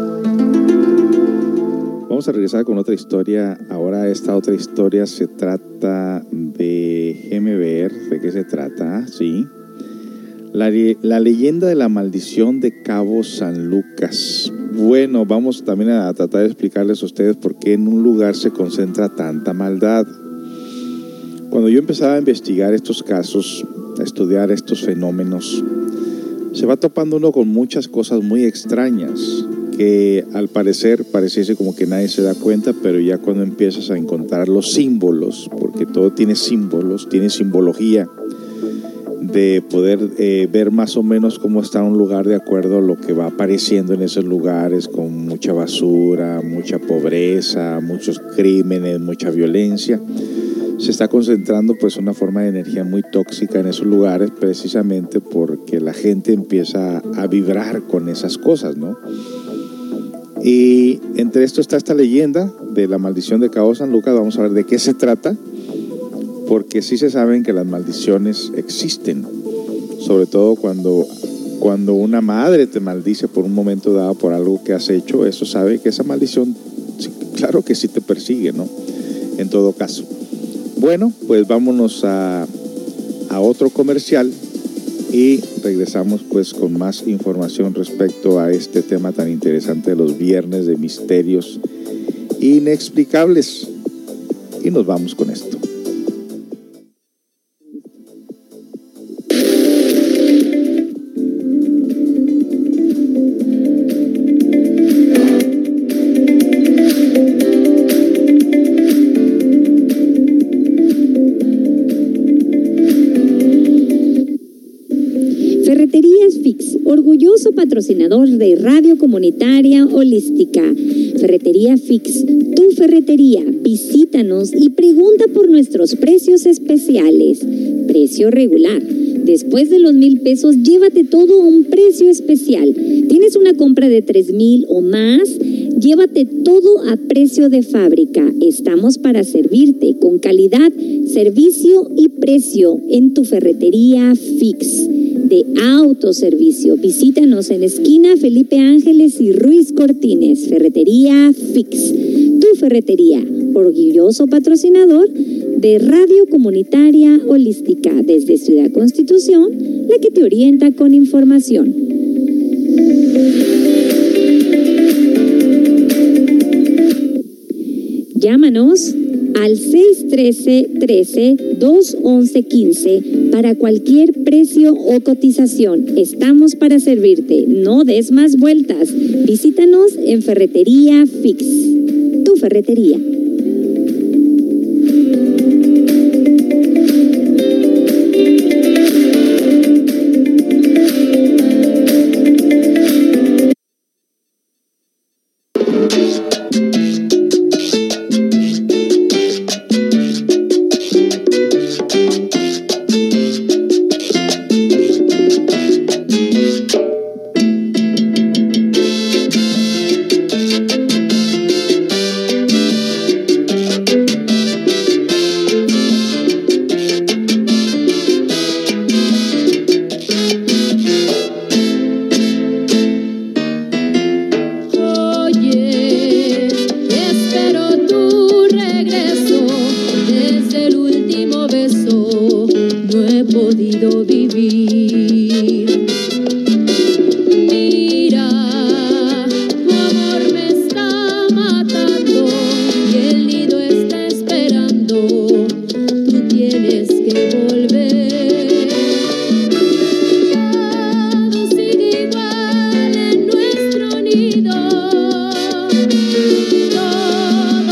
Vamos a regresar con otra historia. Ahora esta otra historia se trata de... Déjeme ver de qué se trata. Sí. La, la leyenda de la maldición de Cabo San Lucas. Bueno, vamos también a tratar de explicarles a ustedes por qué en un lugar se concentra tanta maldad. Cuando yo empezaba a investigar estos casos, a estudiar estos fenómenos, se va topando uno con muchas cosas muy extrañas que al parecer pareciese como que nadie se da cuenta, pero ya cuando empiezas a encontrar los símbolos, porque todo tiene símbolos, tiene simbología, de poder eh, ver más o menos cómo está un lugar de acuerdo a lo que va apareciendo en esos lugares, con mucha basura, mucha pobreza, muchos crímenes, mucha violencia. Se está concentrando pues una forma de energía muy tóxica en esos lugares, precisamente porque la gente empieza a vibrar con esas cosas, ¿no? Y entre esto está esta leyenda de la maldición de Cabo San Lucas. Vamos a ver de qué se trata, porque sí se saben que las maldiciones existen, sobre todo cuando, cuando una madre te maldice por un momento dado por algo que has hecho. Eso sabe que esa maldición, sí, claro que sí te persigue, ¿no? En todo caso. Bueno, pues vámonos a, a otro comercial y regresamos pues con más información respecto a este tema tan interesante de los viernes de misterios inexplicables. Y nos vamos con esto. Orgulloso patrocinador de Radio Comunitaria Holística. Ferretería Fix, tu ferretería. Visítanos y pregunta por nuestros precios especiales. Precio regular. Después de los mil pesos, llévate todo a un precio especial. ¿Tienes una compra de tres mil o más? Llévate todo a precio de fábrica. Estamos para servirte con calidad, servicio y precio en tu ferretería Fix de autoservicio. Visítanos en esquina Felipe Ángeles y Ruiz Cortines. Ferretería Fix, tu ferretería. Orgulloso patrocinador de Radio Comunitaria Holística desde Ciudad Constitución, la que te orienta con información. Llámanos al seis uno tres, trece, dos once, quince para cualquier precio o cotización. Estamos para servirte. No des más vueltas. Visítanos en Ferretería Fix, tu ferretería.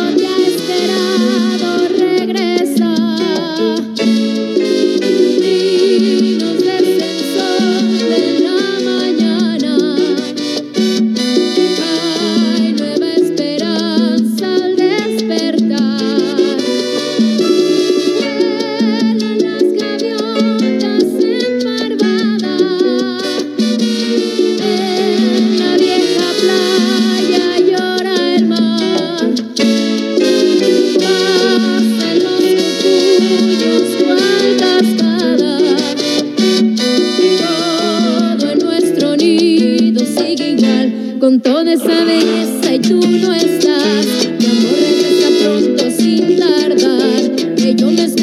Todo te ha esperado, regresa.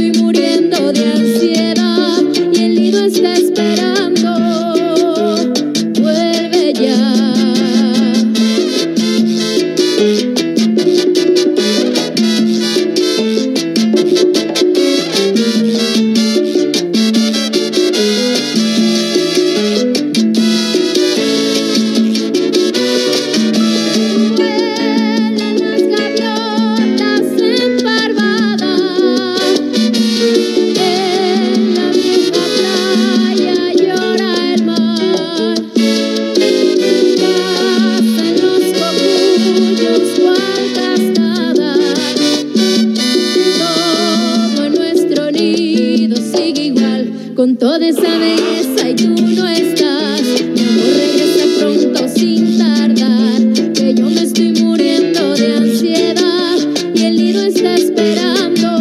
estoy muriendo de ansiedad y el nido está esperando. Vuelve ya. Con toda esa belleza y tú no estás. Mi amor, regresa pronto sin tardar, que yo me estoy muriendo de ansiedad y el nido está esperando.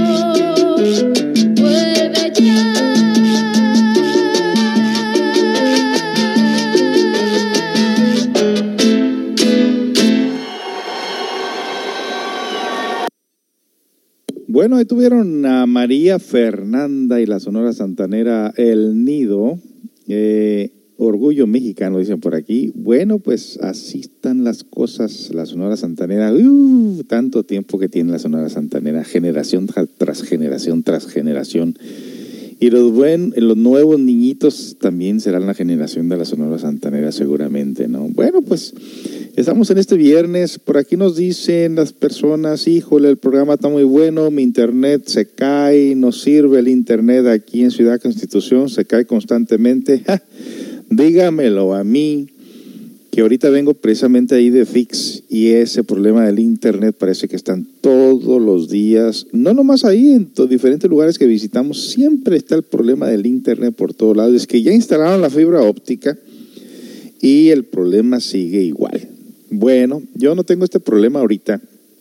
Vuelve ya. Bueno, ahí tuvieron a María Fernanda y la Sonora Santanera El Nido, eh, orgullo mexicano, dicen por aquí. Bueno, pues así están las cosas, la Sonora Santanera, uh, tanto tiempo que tiene la Sonora Santanera, generación tras generación tras generación. Y los, buen, los nuevos niñitos también serán la generación de la Sonora Santanera seguramente, ¿no? Bueno, pues estamos en este viernes. Por aquí nos dicen las personas, híjole, el programa está muy bueno, mi internet se cae, no sirve el internet aquí en Ciudad Constitución, se cae constantemente. ¡Ja! Dígamelo a mí, que ahorita vengo precisamente ahí de Fix y ese problema del internet parece que están todos los días, no nomás ahí, en diferentes lugares que visitamos, siempre está el problema del internet por todos lados. Es que ya instalaron la fibra óptica y el problema sigue igual. Bueno, yo no tengo este problema ahorita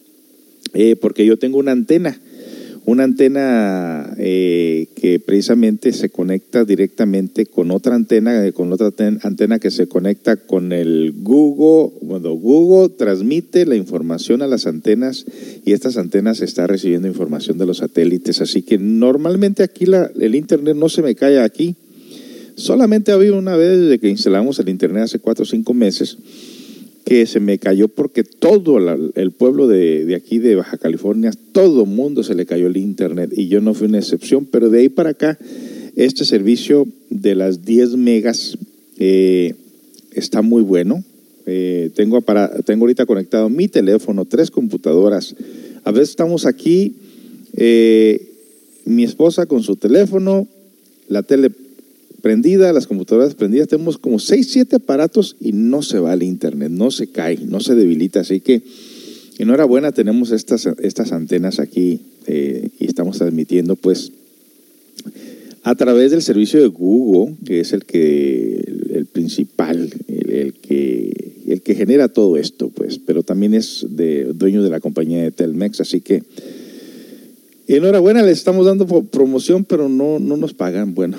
eh, porque yo tengo una antena, una antena eh, que precisamente se conecta directamente con otra antena, con otra ten, antena que se conecta con el Google. Bueno, Google transmite la información a las antenas y estas antenas están recibiendo información de los satélites, así que normalmente aquí la, el internet no se me cae aquí. Solamente ha habido una vez desde que instalamos el internet hace cuatro o cinco meses que se me cayó porque todo la, el pueblo de, de aquí de Baja California, todo mundo se le cayó el internet y yo no fui una excepción, pero de ahí para acá este servicio de las diez megas eh, está muy bueno. Eh, tengo, para, tengo ahorita conectado mi teléfono, tres computadoras. A veces estamos aquí, eh, mi esposa con su teléfono, la tele prendida, las computadoras prendidas, tenemos como seis, siete aparatos y no se va el internet, no se cae, no se debilita, así que enhorabuena, tenemos estas, estas antenas aquí eh, y estamos transmitiendo pues a través del servicio de Google, que es el que el, el principal, el, el que el que genera todo esto, pues, pero también es de, dueño de la compañía de Telmex, así que enhorabuena, les estamos dando promoción, pero no, no nos pagan. Bueno,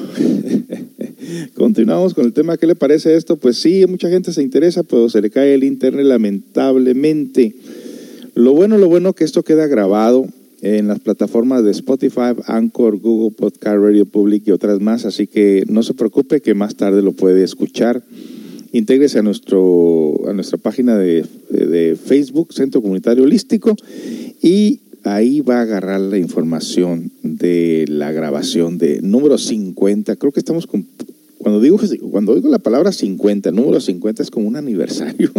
continuamos con el tema. ¿Qué le parece esto? Pues sí, mucha gente se interesa, pero se le cae el internet lamentablemente. Lo bueno, lo bueno que esto queda grabado en las plataformas de Spotify, Anchor, Google Podcast, Radio Public y otras más, así que no se preocupe que más tarde lo puede escuchar. Intégrese a, nuestro, a nuestra página de, de, de Facebook, Centro Comunitario Holístico, y ahí va a agarrar la información de la grabación de número cincuenta. Creo que estamos con, cuando digo cuando digo la palabra cincuenta, número cincuenta es como un aniversario.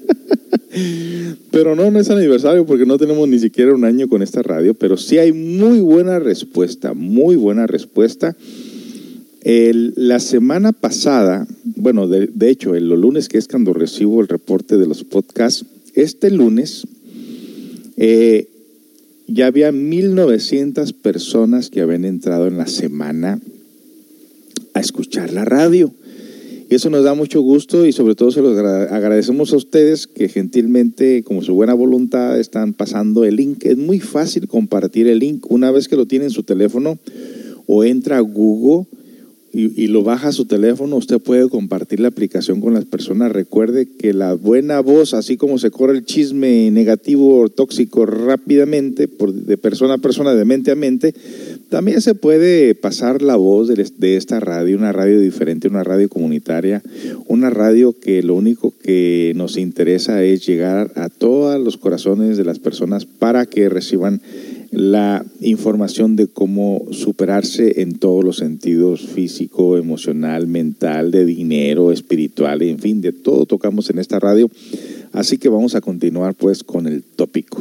Pero no, no es aniversario porque no tenemos ni siquiera un año con esta radio, pero sí hay muy buena respuesta, muy buena respuesta. El, la semana pasada, bueno, de, de hecho, el lunes, que es cuando recibo el reporte de los podcasts, este lunes eh, ya había mil novecientas personas que habían entrado en la semana a escuchar la radio. Y eso nos da mucho gusto y sobre todo se los agradecemos a ustedes que gentilmente, como su buena voluntad, están pasando el link. Es muy fácil compartir el link. Una vez que lo tiene en su teléfono o entra a Google y, y lo baja a su teléfono, usted puede compartir la aplicación con las personas. Recuerde que la buena voz, así como se corre el chisme negativo o tóxico rápidamente, por, de persona a persona, de mente a mente, también se puede pasar la voz de, de esta radio, una radio diferente, una radio comunitaria, una radio que lo único que nos interesa es llegar a todos los corazones de las personas para que reciban la información de cómo superarse en todos los sentidos: físico, emocional, mental, de dinero, espiritual, en fin, de todo tocamos en esta radio. Así que vamos a continuar pues con el tópico.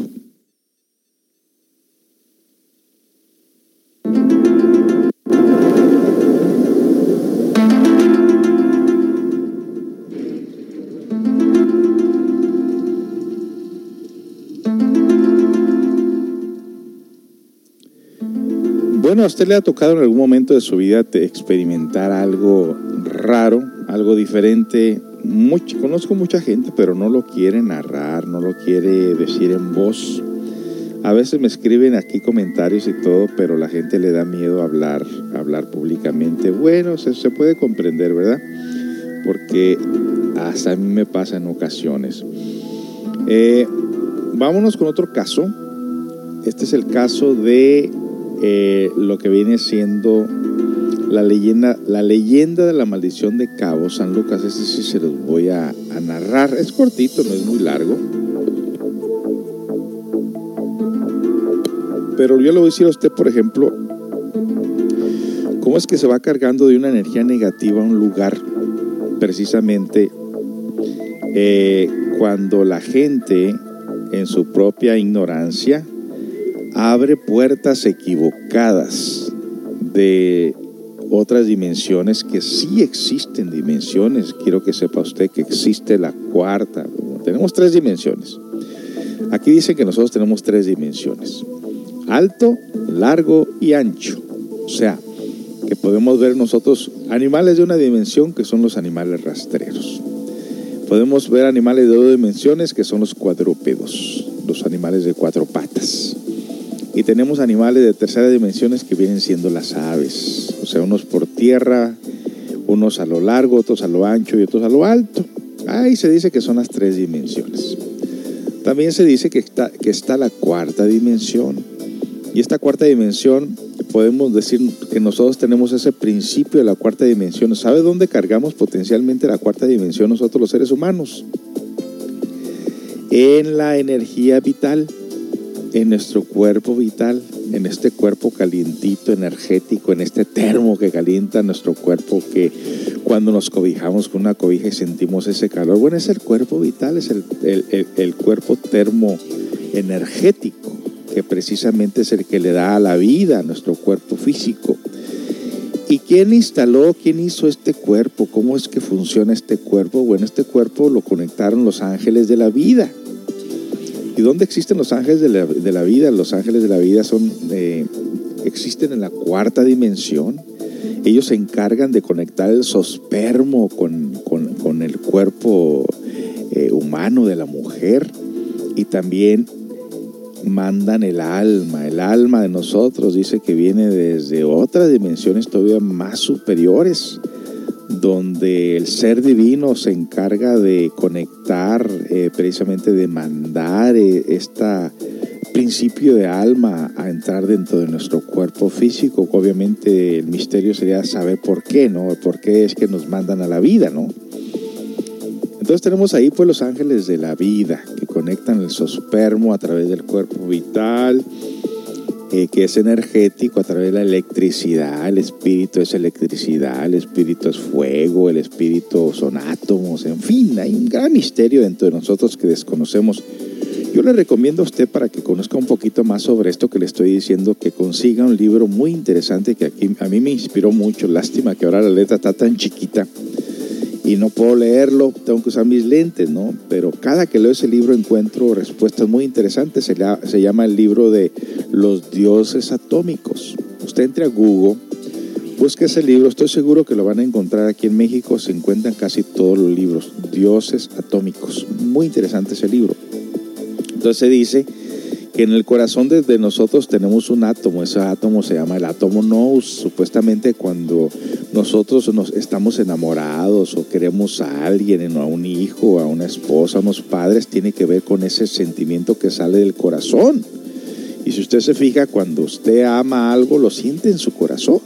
Bueno, ¿a usted le ha tocado en algún momento de su vida experimentar algo raro, algo diferente? Much, conozco mucha gente, pero no lo quiere narrar, no lo quiere decir en voz. A veces me escriben aquí comentarios y todo, pero la gente le da miedo hablar, hablar públicamente. Bueno, se, se puede comprender, ¿verdad? Porque hasta a mí me pasa en ocasiones. Eh, vámonos con otro caso. Este es el caso de eh, lo que viene siendo la leyenda, la leyenda de la maldición de Cabo San Lucas. Este sí se los voy a, a narrar. Es cortito, no es muy largo. Pero yo le voy a decir a usted, por ejemplo, cómo es que se va cargando de una energía negativa a un lugar, precisamente eh, cuando la gente, en su propia ignorancia, abre puertas equivocadas de otras dimensiones, que sí existen dimensiones. Quiero que sepa usted que existe la cuarta. Tenemos tres dimensiones. Aquí dice que nosotros tenemos tres dimensiones: alto, largo y ancho. O sea, que podemos ver nosotros animales de una dimensión, que son los animales rastreros. Podemos ver animales de dos dimensiones, que son los cuadrúpedos, los animales de cuatro patas. Y tenemos animales de tercera dimensiones, que vienen siendo las aves. O sea, unos por tierra, unos a lo largo, otros a lo ancho y otros a lo alto. Ahí se dice que son las tres dimensiones. También se dice que está, que está la cuarta dimensión. Y esta cuarta dimensión, podemos decir que nosotros tenemos ese principio de la cuarta dimensión. ¿Sabe dónde cargamos potencialmente la cuarta dimensión nosotros los seres humanos? En la energía vital, en nuestro cuerpo vital, en este cuerpo calientito, energético, en este termo que calienta nuestro cuerpo, que cuando nos cobijamos con una cobija y sentimos ese calor. Bueno, es el cuerpo vital, es el, el, el, el cuerpo termo energético, que precisamente es el que le da la vida a nuestro cuerpo físico. ¿Y quién instaló, quién hizo este cuerpo? ¿Cómo es que funciona este cuerpo? Bueno, este cuerpo lo conectaron los ángeles de la vida. ¿Y dónde existen los ángeles de la, de la vida? Los ángeles de la vida son, eh, existen en la cuarta dimensión. Ellos se encargan de conectar el zoospermo con, con, con el cuerpo eh, humano de la mujer, y también mandan el alma. El alma de nosotros dice que viene desde otras dimensiones todavía más superiores, donde el ser divino se encarga de conectar, eh, precisamente de mandar eh, este principio de alma a entrar dentro de nuestro cuerpo físico. Obviamente el misterio sería saber por qué, ¿no? ¿Por qué es que nos mandan a la vida, ¿no? Entonces tenemos ahí pues los ángeles de la vida, que conectan el zoospermo a través del cuerpo vital, eh, que es energético, a través de la electricidad. El espíritu es electricidad, el espíritu es fuego, el espíritu son átomos, en fin, hay un gran misterio dentro de nosotros que desconocemos. Yo le recomiendo a usted, para que conozca un poquito más sobre esto que le estoy diciendo, que consiga un libro muy interesante que aquí a mí me inspiró mucho. Lástima que ahora la letra está tan chiquita y no puedo leerlo, tengo que usar mis lentes, ¿no? Pero cada que leo ese libro encuentro respuestas muy interesantes. Se, la, se llama el libro de Los Dioses Atómicos. Usted entre a Google, busque ese libro, estoy seguro que lo van a encontrar. Aquí en México se encuentran casi todos los libros, Dioses Atómicos. Muy interesante ese libro. Entonces se dice que en el corazón de, de nosotros tenemos un átomo. Ese átomo se llama el átomo nous. Supuestamente cuando nosotros nos estamos enamorados o queremos a alguien, a un hijo, a una esposa, a unos padres, tiene que ver con ese sentimiento que sale del corazón. Y si usted se fija, cuando usted ama algo, lo siente en su corazón.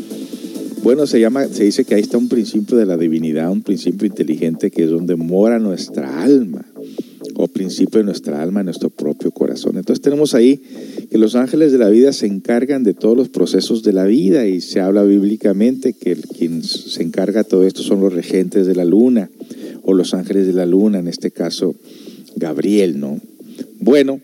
Bueno, se llama, se dice que ahí está un principio de la divinidad, un principio inteligente que es donde mora nuestra alma, o principio de nuestra alma, en nuestro propio corazón. Entonces tenemos ahí que los ángeles de la vida se encargan de todos los procesos de la vida, y se habla bíblicamente que el, quien se encarga de todo esto son los regentes de la luna, o los ángeles de la luna, en este caso Gabriel, ¿no? Bueno,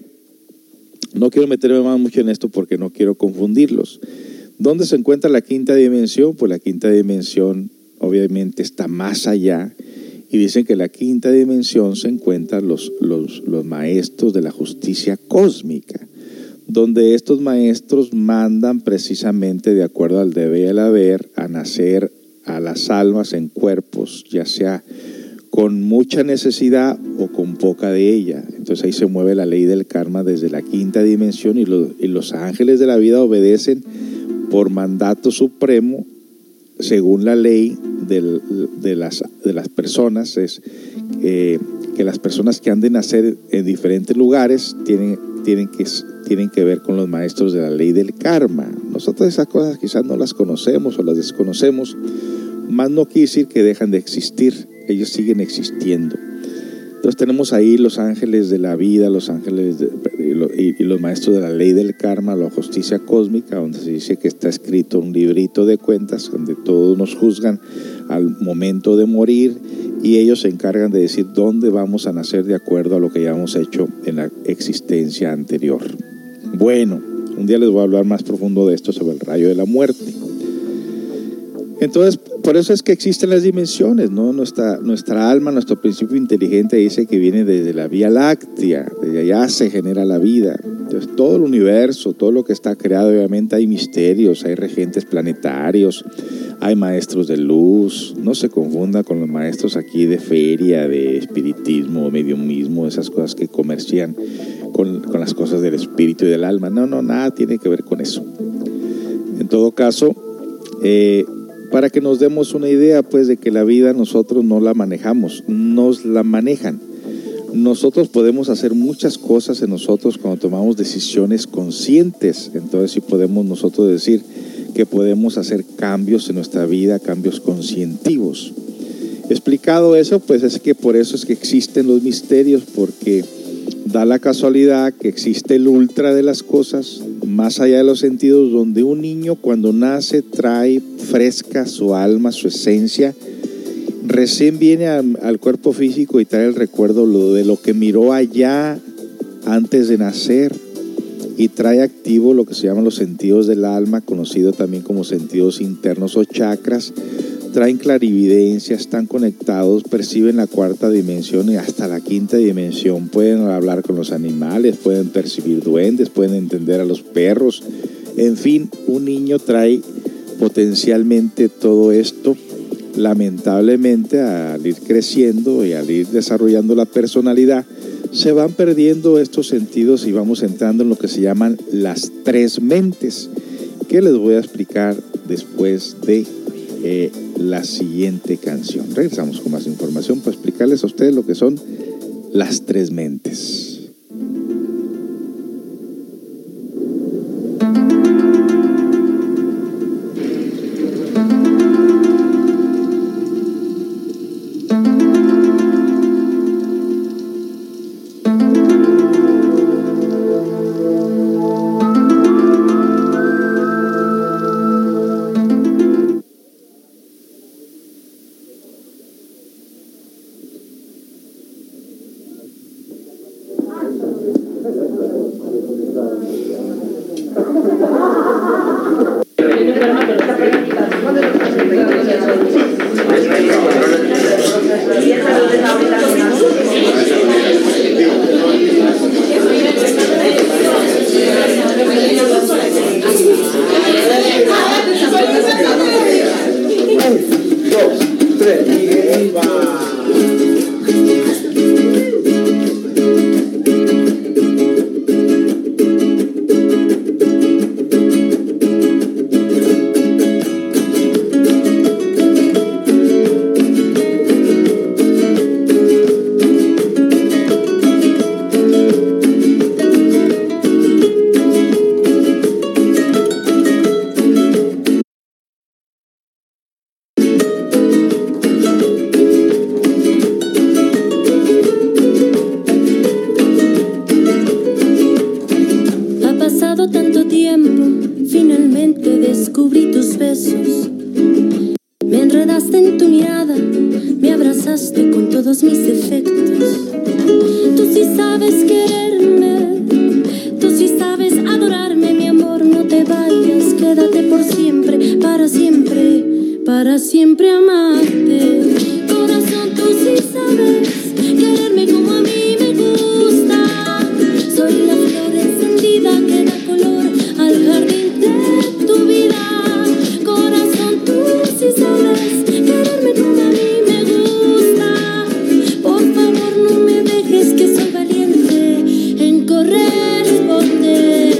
no quiero meterme más mucho en esto porque no quiero confundirlos. ¿Dónde se encuentra la quinta dimensión? Pues la quinta dimensión obviamente está más allá, y dicen que la quinta dimensión se encuentran los, los, los maestros de la justicia cósmica, donde estos maestros mandan precisamente de acuerdo al debe y al haber a nacer a las almas en cuerpos, ya sea con mucha necesidad o con poca de ella. Entonces ahí se mueve la ley del karma desde la quinta dimensión, y los, y los ángeles de la vida obedecen por mandato supremo según la ley del, de, las, de las personas. Es eh, que las personas que han de nacer en diferentes lugares tienen, tienen, que, tienen que ver con los maestros de la ley del karma. Nosotros esas cosas quizás no las conocemos o las desconocemos, más no quiere decir que dejan de existir, ellos siguen existiendo. Entonces tenemos ahí los ángeles de la vida, los ángeles de, y, y los maestros de la ley del karma, la justicia cósmica, donde se dice que está escrito un librito de cuentas donde todos nos juzgan al momento de morir, y ellos se encargan de decir dónde vamos a nacer de acuerdo a lo que ya hemos hecho en la existencia anterior. Bueno, un día les voy a hablar más profundo de esto, sobre el rayo de la muerte. Entonces, por eso es que existen las dimensiones, ¿no? Nuestra, nuestra alma, nuestro principio inteligente dice que viene desde la Vía Láctea, desde allá se genera la vida. Entonces, todo el universo, todo lo que está creado, obviamente hay misterios, hay regentes planetarios, hay maestros de luz. No se confunda con los maestros aquí de feria, de espiritismo, mediumismo, esas cosas que comercian con, con las cosas del espíritu y del alma. No, no, nada tiene que ver con eso. En todo caso, eh, para que nos demos una idea, pues, de que la vida nosotros no la manejamos, nos la manejan. Nosotros podemos hacer muchas cosas en nosotros cuando tomamos decisiones conscientes. Entonces sí podemos nosotros decir que podemos hacer cambios en nuestra vida, cambios conscientivos. Explicado eso, pues es que por eso es que existen los misterios, porque da la casualidad que existe el ultra de las cosas, más allá de los sentidos, donde un niño cuando nace trae fresca su alma, su esencia, recién viene al, al cuerpo físico y trae el recuerdo lo, de lo que miró allá antes de nacer, y trae activo lo que se llaman los sentidos del alma, conocido también como sentidos internos o chakras. Traen clarividencia, están conectados, perciben la cuarta dimensión y hasta la quinta dimensión. Pueden hablar con los animales, pueden percibir duendes, pueden entender a los perros. En fin, un niño trae potencialmente todo esto. Lamentablemente, al ir creciendo y al ir desarrollando la personalidad, se van perdiendo estos sentidos y vamos entrando en lo que se llaman las tres mentes, que les voy a explicar después de eh, la siguiente canción. Regresamos con más información para explicarles a ustedes lo que son las tres mentes. sí sabes quererme, tú sí sabes adorarme, mi amor, no te vayas, quédate por siempre, para siempre, para siempre amarte. Corazón, tú sí sabes quererme como a mí me gusta. Soy la flor encendida que da color al jardín de tu vida. Corazón, tú sí sabes quererme como a mí me gusta. Por favor, no me dejes, que soy valiente en corresponderte.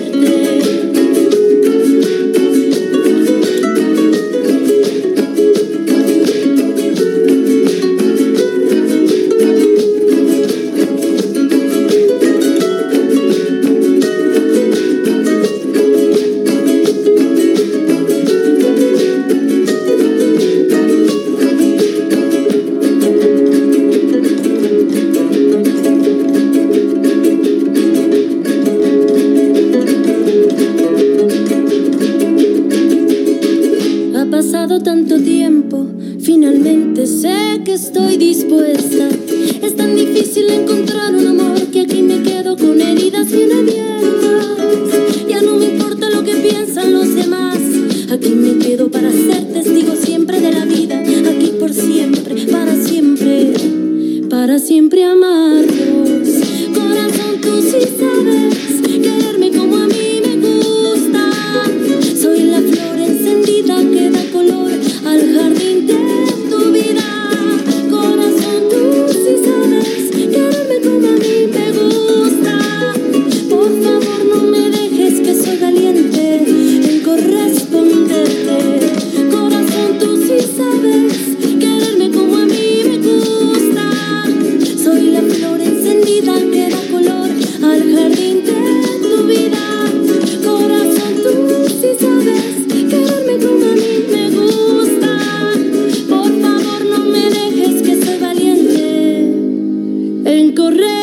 Tanto tiempo, finalmente sé que estoy dispuesta. Es tan difícil encontrar un amor que aquí me quedo con heridas bien abiertas. Ya no me importa lo que piensan los demás. Aquí me quedo para ser testigo siempre de la vida. Aquí por siempre, para siempre, para siempre amarnos. Corazón, tú sí sabes quererme como a mí me gusta. Soy la flor encendida que da color al jardín de tu vida. Corazón, tú sí sabes quererme como a mí me gusta. Por favor, no me dejes, que soy valiente en corresponderte. Corazón, tú sí sabes quererme como a mí me gusta. Soy la flor encendida que da color al jardín de tu vida. Corazón, tú sí sabes quererme como a mí me gusta. Por favor, no me dejes, que soy valiente en corresponderte.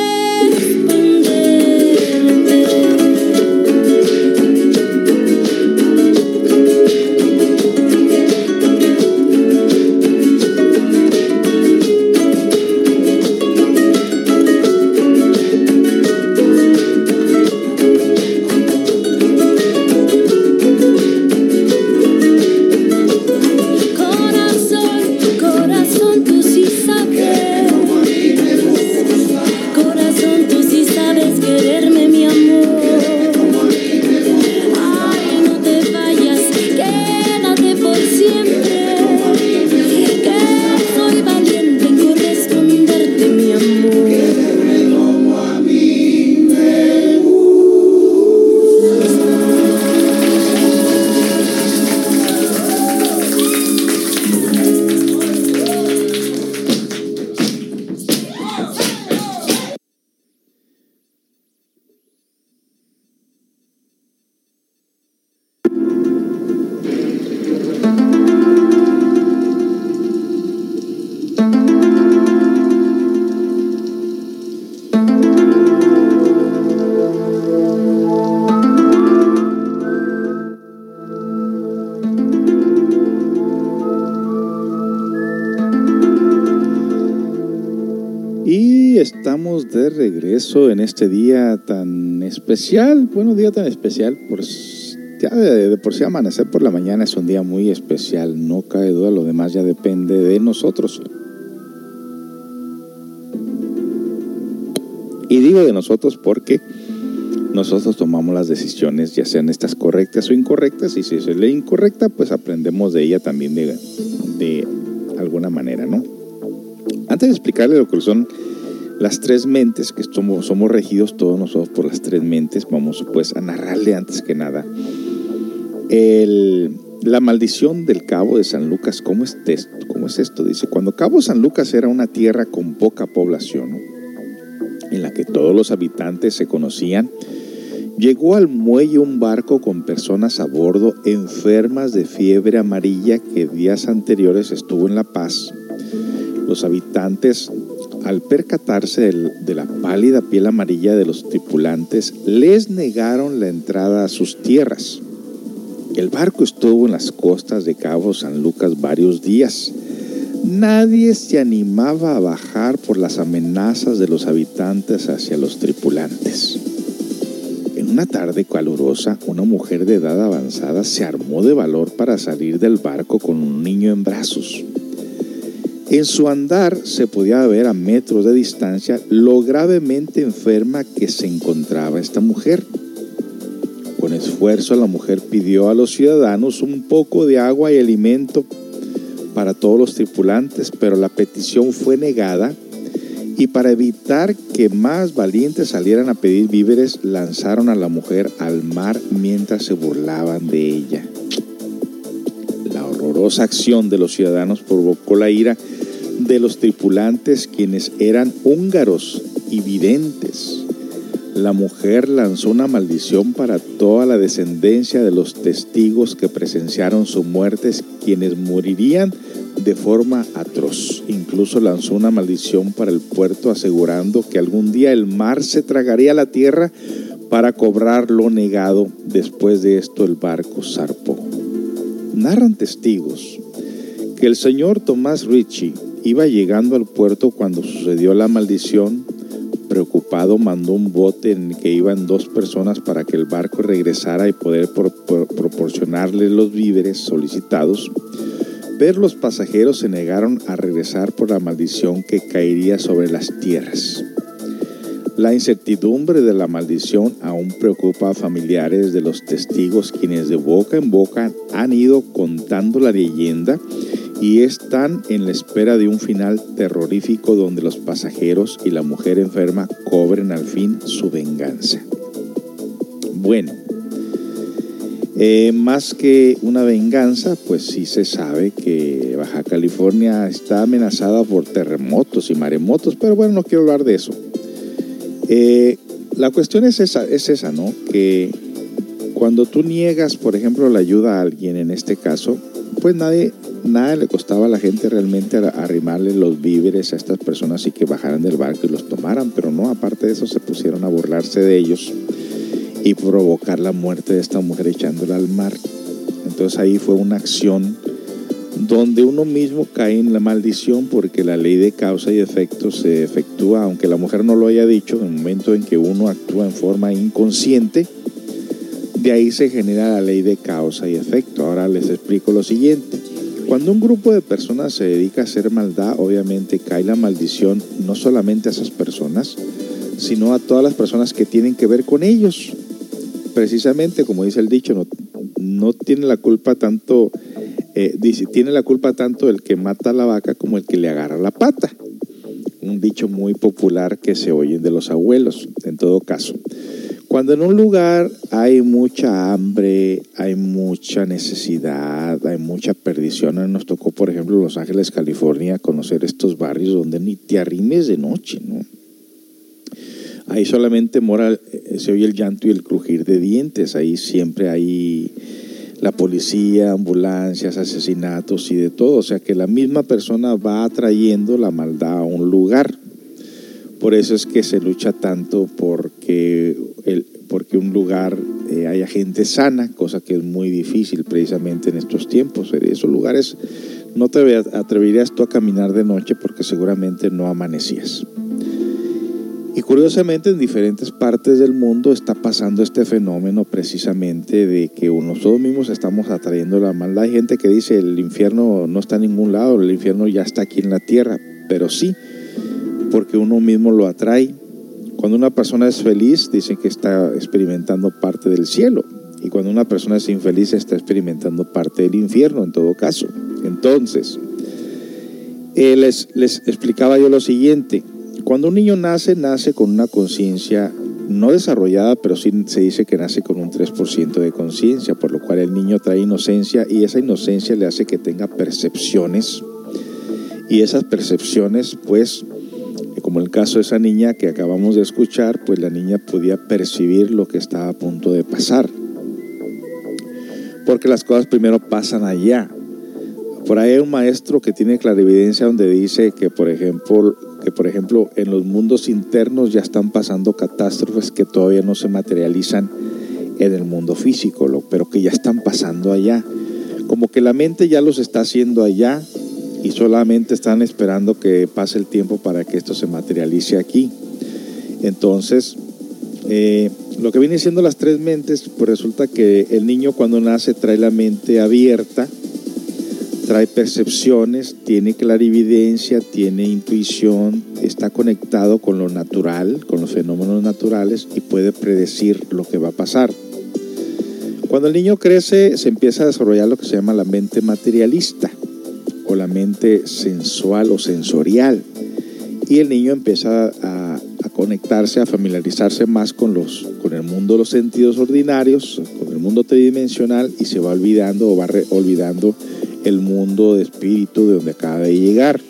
Estamos de regreso en este día tan especial, bueno, día tan especial, por, ya de, de por sí amanecer por la mañana es un día muy especial, no cabe duda, lo demás ya depende de nosotros. Y digo de nosotros porque nosotros tomamos las decisiones, ya sean estas correctas o incorrectas, y si es la incorrecta, pues aprendemos de ella también de, de alguna manera, ¿no? Antes de explicarle lo que son las tres mentes, que somos, somos regidos todos nosotros por las tres mentes, vamos pues a narrarle antes que nada el, la maldición del Cabo de San Lucas. ¿Cómo es esto? ¿Cómo es esto? Dice, cuando Cabo San Lucas era una tierra con poca población, ¿no?, en la que todos los habitantes se conocían, llegó al muelle un barco con personas a bordo enfermas de fiebre amarilla que días anteriores estuvo en La Paz. Los habitantes, al percatarse de, de la pálida piel amarilla de los tripulantes, les negaron la entrada a sus tierras. El barco estuvo en las costas de Cabo San Lucas varios días, Nadie se animaba a bajar por las amenazas de los habitantes hacia los tripulantes. En una tarde calurosa, una mujer de edad avanzada se armó de valor para salir del barco con un niño en brazos. En su andar se podía ver a metros de distancia lo gravemente enferma que se encontraba esta mujer. Con esfuerzo, la mujer pidió a los ciudadanos un poco de agua y alimento para todos los tripulantes, pero la petición fue negada y para evitar que más valientes salieran a pedir víveres, lanzaron a la mujer al mar mientras se burlaban de ella. La horrorosa acción de los ciudadanos provocó la ira de los tripulantes, quienes eran húngaros y videntes. La mujer lanzó una maldición para toda la descendencia de los testigos que presenciaron su muerte, quienes morirían de forma atroz. Incluso lanzó una maldición para el puerto, asegurando que algún día el mar se tragaría la tierra para cobrar lo negado. Después de esto, el barco zarpó. Narran testigos que el señor Tomás Ricci iba llegando al puerto cuando sucedió la maldición. Preocupado, mandó un bote en el que iban dos personas para que el barco regresara y poder pro pro proporcionarles los víveres solicitados. Pero los pasajeros se negaron a regresar por la maldición que caería sobre las tierras. La incertidumbre de la maldición aún preocupa a familiares de los testigos, quienes de boca en boca han ido contando la leyenda y están en la espera de un final terrorífico donde los pasajeros y la mujer enferma cobren al fin su venganza. Bueno, eh, más que una venganza, pues sí se sabe que Baja California está amenazada por terremotos y maremotos, pero bueno, no quiero hablar de eso. Eh, la cuestión es esa, es esa, ¿no? Que cuando tú niegas, por ejemplo, la ayuda a alguien, en este caso, pues nadie... Nada le costaba a la gente realmente arrimarle los víveres a estas personas y que bajaran del barco y los tomaran, pero no, aparte de eso se pusieron a burlarse de ellos y provocar la muerte de esta mujer echándola al mar. Entonces ahí fue una acción donde uno mismo cae en la maldición, porque la ley de causa y efecto se efectúa, aunque la mujer no lo haya dicho, en el momento en que uno actúa en forma inconsciente. De ahí se genera la ley de causa y efecto. Ahora les explico lo siguiente. Cuando un grupo de personas se dedica a hacer maldad, obviamente cae la maldición no solamente a esas personas, sino a todas las personas que tienen que ver con ellos. Precisamente, como dice el dicho, no, no tiene la culpa tanto, eh, dice, tiene la culpa tanto el que mata a la vaca como el que le agarra la pata. Un dicho muy popular que se oye de los abuelos, en todo caso. Cuando en un lugar hay mucha hambre, hay mucha necesidad, hay mucha perdición. Nos tocó, por ejemplo, en Los Ángeles, California, conocer estos barrios donde ni te arrimes de noche, ¿no? Ahí solamente mora, se oye el llanto y el crujir de dientes. Ahí siempre hay la policía, ambulancias, asesinatos y de todo. O sea que la misma persona va atrayendo la maldad a un lugar. Por eso es que se lucha tanto porque, el, porque un lugar eh, haya gente sana, cosa que es muy difícil precisamente en estos tiempos. En esos lugares no te atreverías tú a caminar de noche porque seguramente no amanecías. Y curiosamente en diferentes partes del mundo está pasando este fenómeno precisamente de que nosotros mismos estamos atrayendo la maldad. Hay gente que dice el infierno no está en ningún lado, el infierno ya está aquí en la tierra, pero sí, porque uno mismo lo atrae. Cuando una persona es feliz, dicen que está experimentando parte del cielo, y cuando una persona es infeliz, está experimentando parte del infierno, en todo caso. Entonces, eh, les, les explicaba yo lo siguiente. Cuando un niño nace, nace con una conciencia no desarrollada, pero sí se dice que nace con un tres por ciento de conciencia, por lo cual el niño trae inocencia, y esa inocencia le hace que tenga percepciones, y esas percepciones, pues, como el caso de esa niña que acabamos de escuchar, pues la niña podía percibir lo que estaba a punto de pasar. Porque las cosas primero pasan allá. Por ahí hay un maestro que tiene clarividencia donde dice que, por ejemplo, que por ejemplo en los mundos internos ya están pasando catástrofes que todavía no se materializan en el mundo físico, pero que ya están pasando allá. Como que la mente ya los está haciendo allá, y solamente están esperando que pase el tiempo para que esto se materialice aquí. Entonces, eh, lo que viene siendo las tres mentes, pues resulta que el niño cuando nace trae la mente abierta, trae percepciones, tiene clarividencia, tiene intuición, está conectado con lo natural, con los fenómenos naturales y puede predecir lo que va a pasar. Cuando el niño crece, se empieza a desarrollar lo que se llama la mente materialista o la mente sensual o sensorial, y el niño empieza a, a conectarse, a familiarizarse más con, los, con el mundo de los sentidos ordinarios, con el mundo tridimensional, y se va olvidando o va re, olvidando el mundo de espíritu de donde acaba de llegar.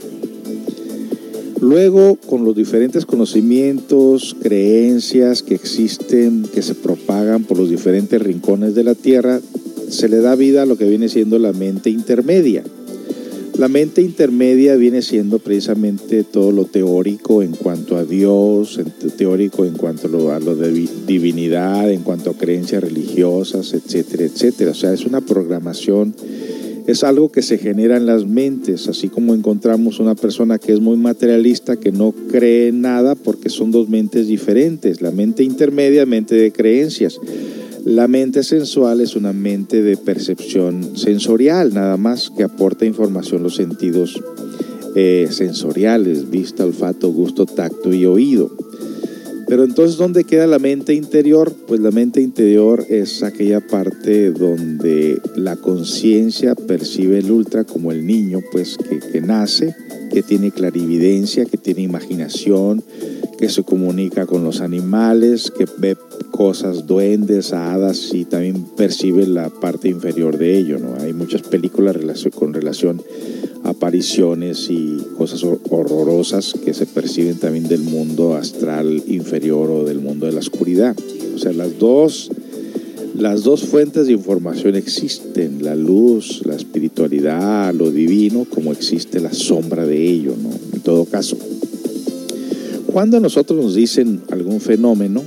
Luego, con los diferentes conocimientos, creencias que existen, que se propagan por los diferentes rincones de la Tierra, se le da vida a lo que viene siendo la mente intermedia. La mente intermedia viene siendo precisamente todo lo teórico en cuanto a Dios, teórico en cuanto a lo, a lo de divinidad, en cuanto a creencias religiosas, etcétera, etcétera. O sea, es una programación. Es algo que se genera en las mentes, así como encontramos una persona que es muy materialista, que no cree en nada, porque son dos mentes diferentes. La mente intermedia, mente de creencias. La mente sensual es una mente de percepción sensorial, nada más, que aporta información los sentidos eh, sensoriales, vista, olfato, gusto, tacto y oído. Pero entonces, ¿dónde queda la mente interior? Pues la mente interior es aquella parte donde la conciencia percibe el ultra, como el niño pues que, que nace, que tiene clarividencia, que tiene imaginación, que se comunica con los animales, que ve cosas, duendes, hadas, y también percibe la parte inferior de ello, ¿no? Hay muchas películas con relación a apariciones y cosas horrorosas que se perciben también del mundo astral inferior o del mundo de la oscuridad. O sea, las dos, las dos fuentes de información existen, la luz, la espiritualidad, lo divino, como existe la sombra de ello, ¿no? En todo caso, cuando a nosotros nos dicen algún fenómeno,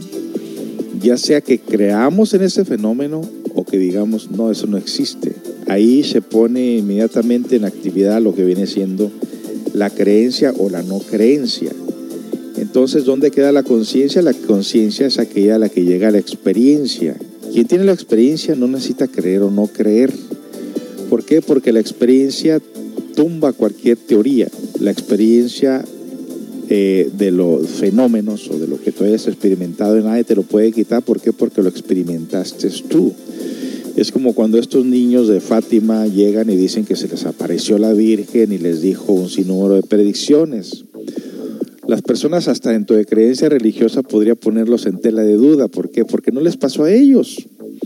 ya sea que creamos en ese fenómeno o que digamos, no, eso no existe, ahí se pone inmediatamente en actividad lo que viene siendo la creencia o la no creencia. Entonces, ¿dónde queda la conciencia? La conciencia es aquella a la que llega la experiencia. Quien tiene la experiencia no necesita creer o no creer. ¿Por qué? Porque la experiencia tumba cualquier teoría. La experiencia eh, de los fenómenos o de lo que tú hayas experimentado, nadie te lo puede quitar. ¿Por qué? Porque lo experimentaste tú. Es como cuando estos niños de Fátima llegan y dicen que se les apareció la Virgen y les dijo un sinnúmero de predicciones. Las personas hasta dentro de creencia religiosa podría ponerlos en tela de duda. ¿Por qué? Porque no les pasó a ellos.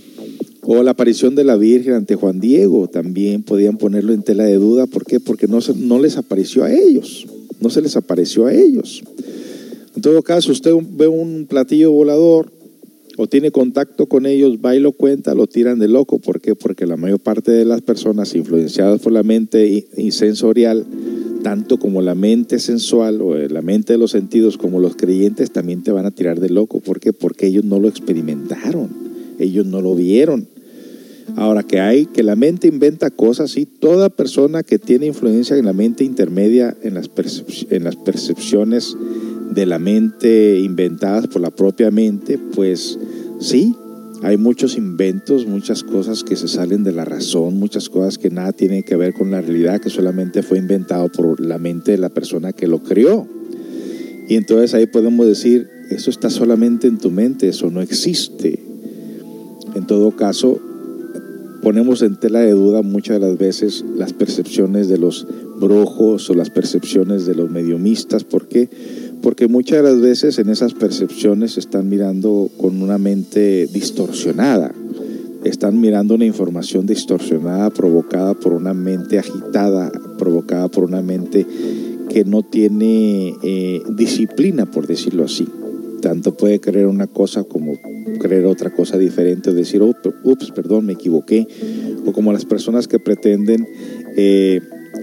O la aparición de la Virgen ante Juan Diego también podían ponerlo en tela de duda. ¿Por qué? Porque no, se, no les apareció a ellos. No se les apareció a ellos. En todo caso, usted ve un platillo volador o tiene contacto con ellos, va y lo cuenta, lo tiran de loco. ¿Por qué? Porque la mayor parte de las personas influenciadas por la mente sensorial, tanto como la mente sensual o la mente de los sentidos como los creyentes, también te van a tirar de loco. ¿Por qué? Porque ellos no lo experimentaron, ellos no lo vieron. Ahora, que hay, que la mente inventa cosas, sí, toda persona que tiene influencia en la mente intermedia, en las, percep- en las percepciones de la mente inventadas por la propia mente, pues sí, hay muchos inventos, muchas cosas que se salen de la razón, muchas cosas que nada tienen que ver con la realidad, que solamente fue inventado por la mente de la persona que lo creó. Y entonces ahí podemos decir, eso está solamente en tu mente, eso no existe. En todo caso, ponemos en tela de duda muchas de las veces las percepciones de los brujos o las percepciones de los mediumistas. ¿Por qué? Porque muchas de las veces en esas percepciones están mirando con una mente distorsionada, están mirando una información distorsionada provocada por una mente agitada, provocada por una mente que no tiene eh, disciplina, por decirlo así. Tanto puede creer una cosa como creer otra cosa diferente, o decir, oh, ups, perdón, me equivoqué, o como las personas que pretenden eh,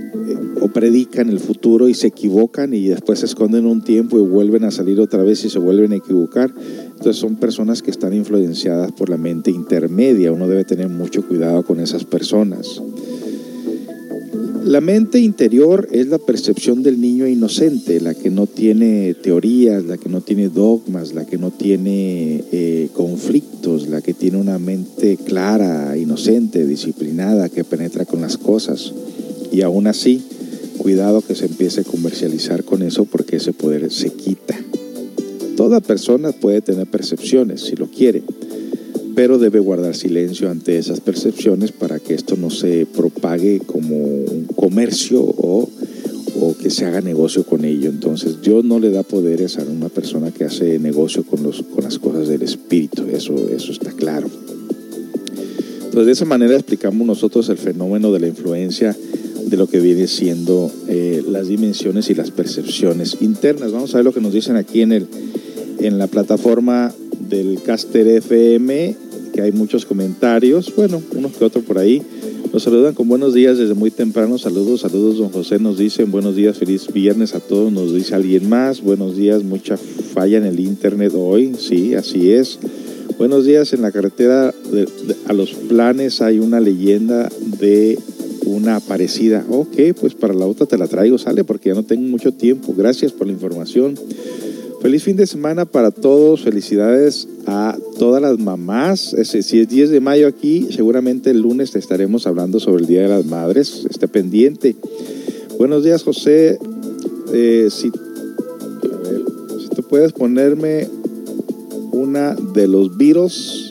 o predican el futuro y se equivocan y después se esconden un tiempo y vuelven a salir otra vez y se vuelven a equivocar. Entonces son personas que están influenciadas por la mente intermedia. Uno debe tener mucho cuidado con esas personas. La mente interior es la percepción del niño inocente, la que no tiene teorías, la que no tiene dogmas, la que no tiene eh, conflictos, la que tiene una mente clara, inocente, disciplinada, que penetra con las cosas. Y aún así, cuidado que se empiece a comercializar con eso, porque ese poder se quita. Toda persona puede tener percepciones si lo quiere, pero debe guardar silencio ante esas percepciones para que esto no se propague como un comercio o, o que se haga negocio con ello. Entonces Dios no le da poderes a una persona que hace negocio con, los, con las cosas del espíritu, eso, eso está claro. Entonces de esa manera explicamos nosotros el fenómeno de la influencia de lo que viene siendo eh, las dimensiones y las percepciones internas. Vamos a ver lo que nos dicen aquí en, el, en la plataforma del Caster F M, que hay muchos comentarios, bueno, unos que otros por ahí. Nos saludan con buenos días desde muy temprano. Saludos, saludos, don José, nos dicen buenos días, feliz viernes a todos, nos dice alguien más. Buenos días, mucha falla en el internet hoy, sí, así es. Buenos días, en la carretera de, de, a Los Planes hay una leyenda de una aparecida. Ok, pues para la otra te la traigo, sale, porque ya no tengo mucho tiempo. Gracias por la información. Feliz fin de semana para todos, felicidades a todas las mamás. Ese, si es diez de mayo aquí, seguramente el lunes te estaremos hablando sobre el Día de las Madres, esté pendiente. Buenos días, José, eh, si, a ver, si tú puedes ponerme una de los Beatles,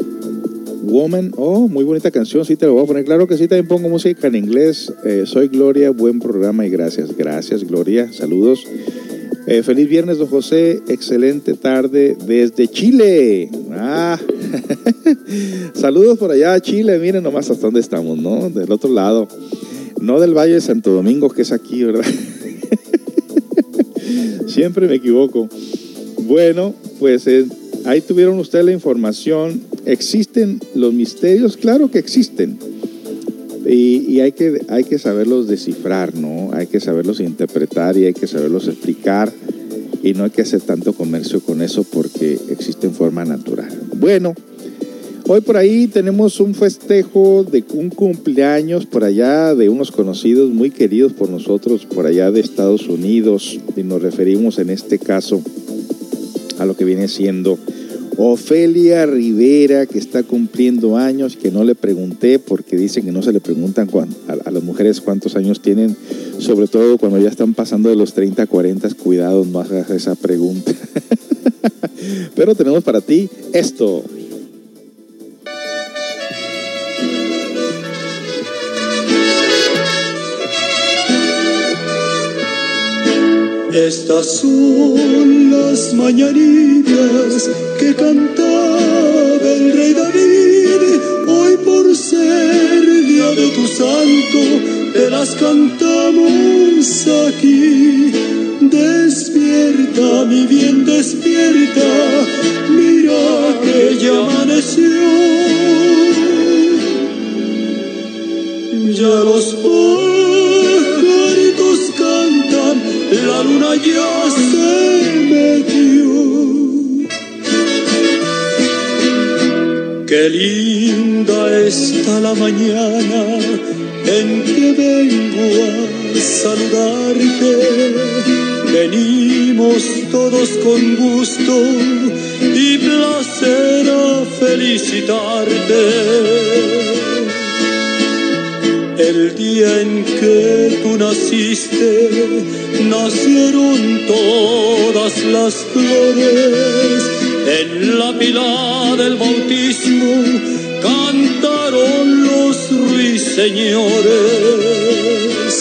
Woman. Oh, muy bonita canción, sí te lo voy a poner. Claro que sí, también pongo música en inglés. Eh, soy Gloria, buen programa y gracias. Gracias, Gloria, saludos. Eh, feliz viernes, don José, excelente tarde desde Chile. Ah, saludos por allá a Chile, miren nomás hasta dónde estamos, ¿no? Del otro lado, no del Valle de Santo Domingo, que es aquí, ¿verdad? Siempre me equivoco. Bueno, pues eh, ahí tuvieron ustedes la información. ¿Existen los misterios? Claro que existen. Y, y hay que, hay que saberlos descifrar, ¿no? Hay que saberlos interpretar y hay que saberlos explicar. Y no hay que hacer tanto comercio con eso porque existe en forma natural. Bueno, hoy por ahí tenemos un festejo de un cumpleaños por allá de unos conocidos muy queridos por nosotros, por allá de Estados Unidos. Y nos referimos en este caso a lo que viene siendo Ofelia Rivera, que está cumpliendo años, que no le pregunté porque dicen que no se le preguntan cuán, a, a las mujeres cuántos años tienen, sobre todo cuando ya están pasando de los treinta a cuarenta, cuidado, no hagas esa pregunta. Pero tenemos para ti esto. Estas son las mañanitas que cantaba el rey David. Hoy por ser día de tu santo, te las cantamos aquí. Despierta, mi bien, despierta, mira que ya amaneció. Ya los pajaritos cantan, la luna ya se metió. Qué linda está la mañana en que vengo a saludarte. Venimos todos con gusto y placer a felicitarte. El día en que tú naciste, nacieron todas las flores. En la pila del bautismo cantaron los ruiseñores.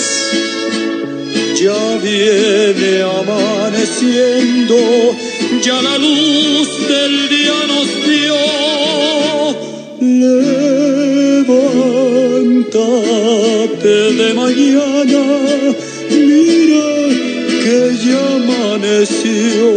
Ya viene amaneciendo, ya la luz del día nos dio. Levántate de mañana, mira que ya amaneció.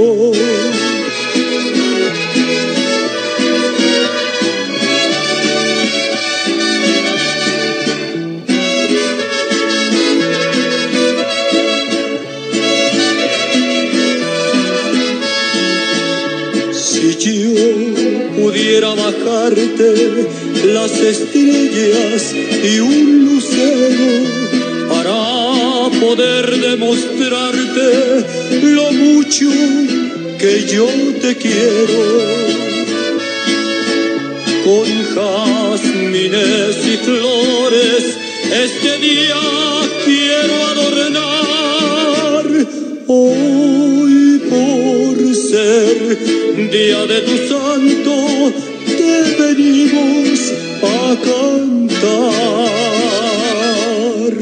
Pudiera bajarte las estrellas y un lucero para poder demostrarte lo mucho que yo te quiero. Con jazmines y flores este día quiero adornar. Hoy por ser día de tu santo te venimos a cantar.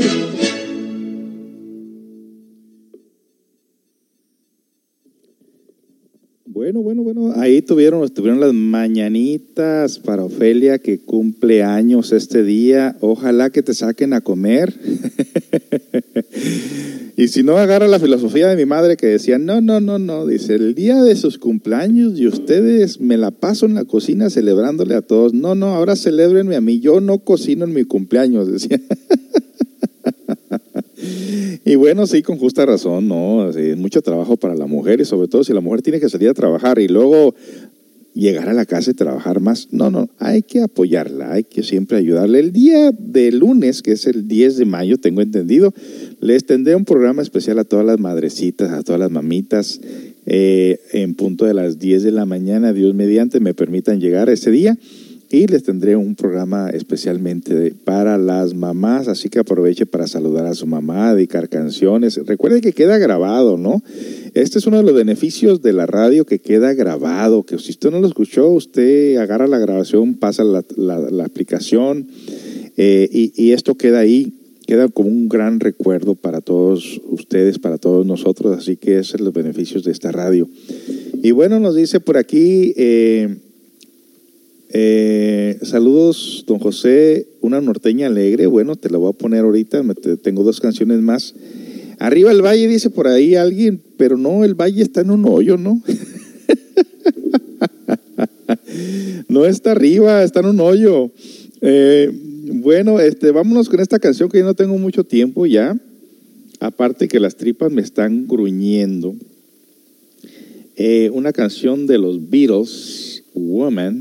Bueno, bueno, bueno, ahí tuvieron, tuvieron las mañanitas para Ofelia, que cumple años este día. Ojalá que te saquen a comer. Y si no, agarra la filosofía de mi madre, que decía, no, no, no, no, dice, el día de sus cumpleaños y ustedes me la paso en la cocina celebrándole a todos. No, no, ahora celébrenme a mí, yo no cocino en mi cumpleaños, decía. Y bueno, sí, con justa razón, ¿no? Sí, es mucho trabajo para la mujer, y sobre todo si la mujer tiene que salir a trabajar y luego llegar a la casa y trabajar más. No, no, hay que apoyarla, hay que siempre ayudarle. El día de lunes, que es el diez de mayo, tengo entendido, les tendré un programa especial a todas las madrecitas, a todas las mamitas, eh, en punto de las diez de la mañana, Dios mediante, me permitan llegar a ese día. Y les tendré un programa especialmente de, para las mamás, así que aproveche para saludar a su mamá, dedicar canciones. Recuerde que queda grabado, ¿no? Este es uno de los beneficios de la radio, que queda grabado, que si usted no lo escuchó, usted agarra la grabación, pasa la, la, la aplicación, eh, y, y esto queda ahí, queda como un gran recuerdo para todos ustedes, para todos nosotros, así que esos son los beneficios de esta radio. Y bueno, nos dice por aquí... Eh, Eh, saludos, don José, una norteña alegre. Bueno, te la voy a poner ahorita, me te, tengo dos canciones más. Arriba el valle, dice por ahí alguien, pero no, el valle está en un hoyo, ¿no? No está arriba, está en un hoyo. Eh, bueno, este, vámonos con esta canción, que yo no tengo mucho tiempo ya, aparte que las tripas me están gruñendo. Eh, una canción de los Beatles, Woman.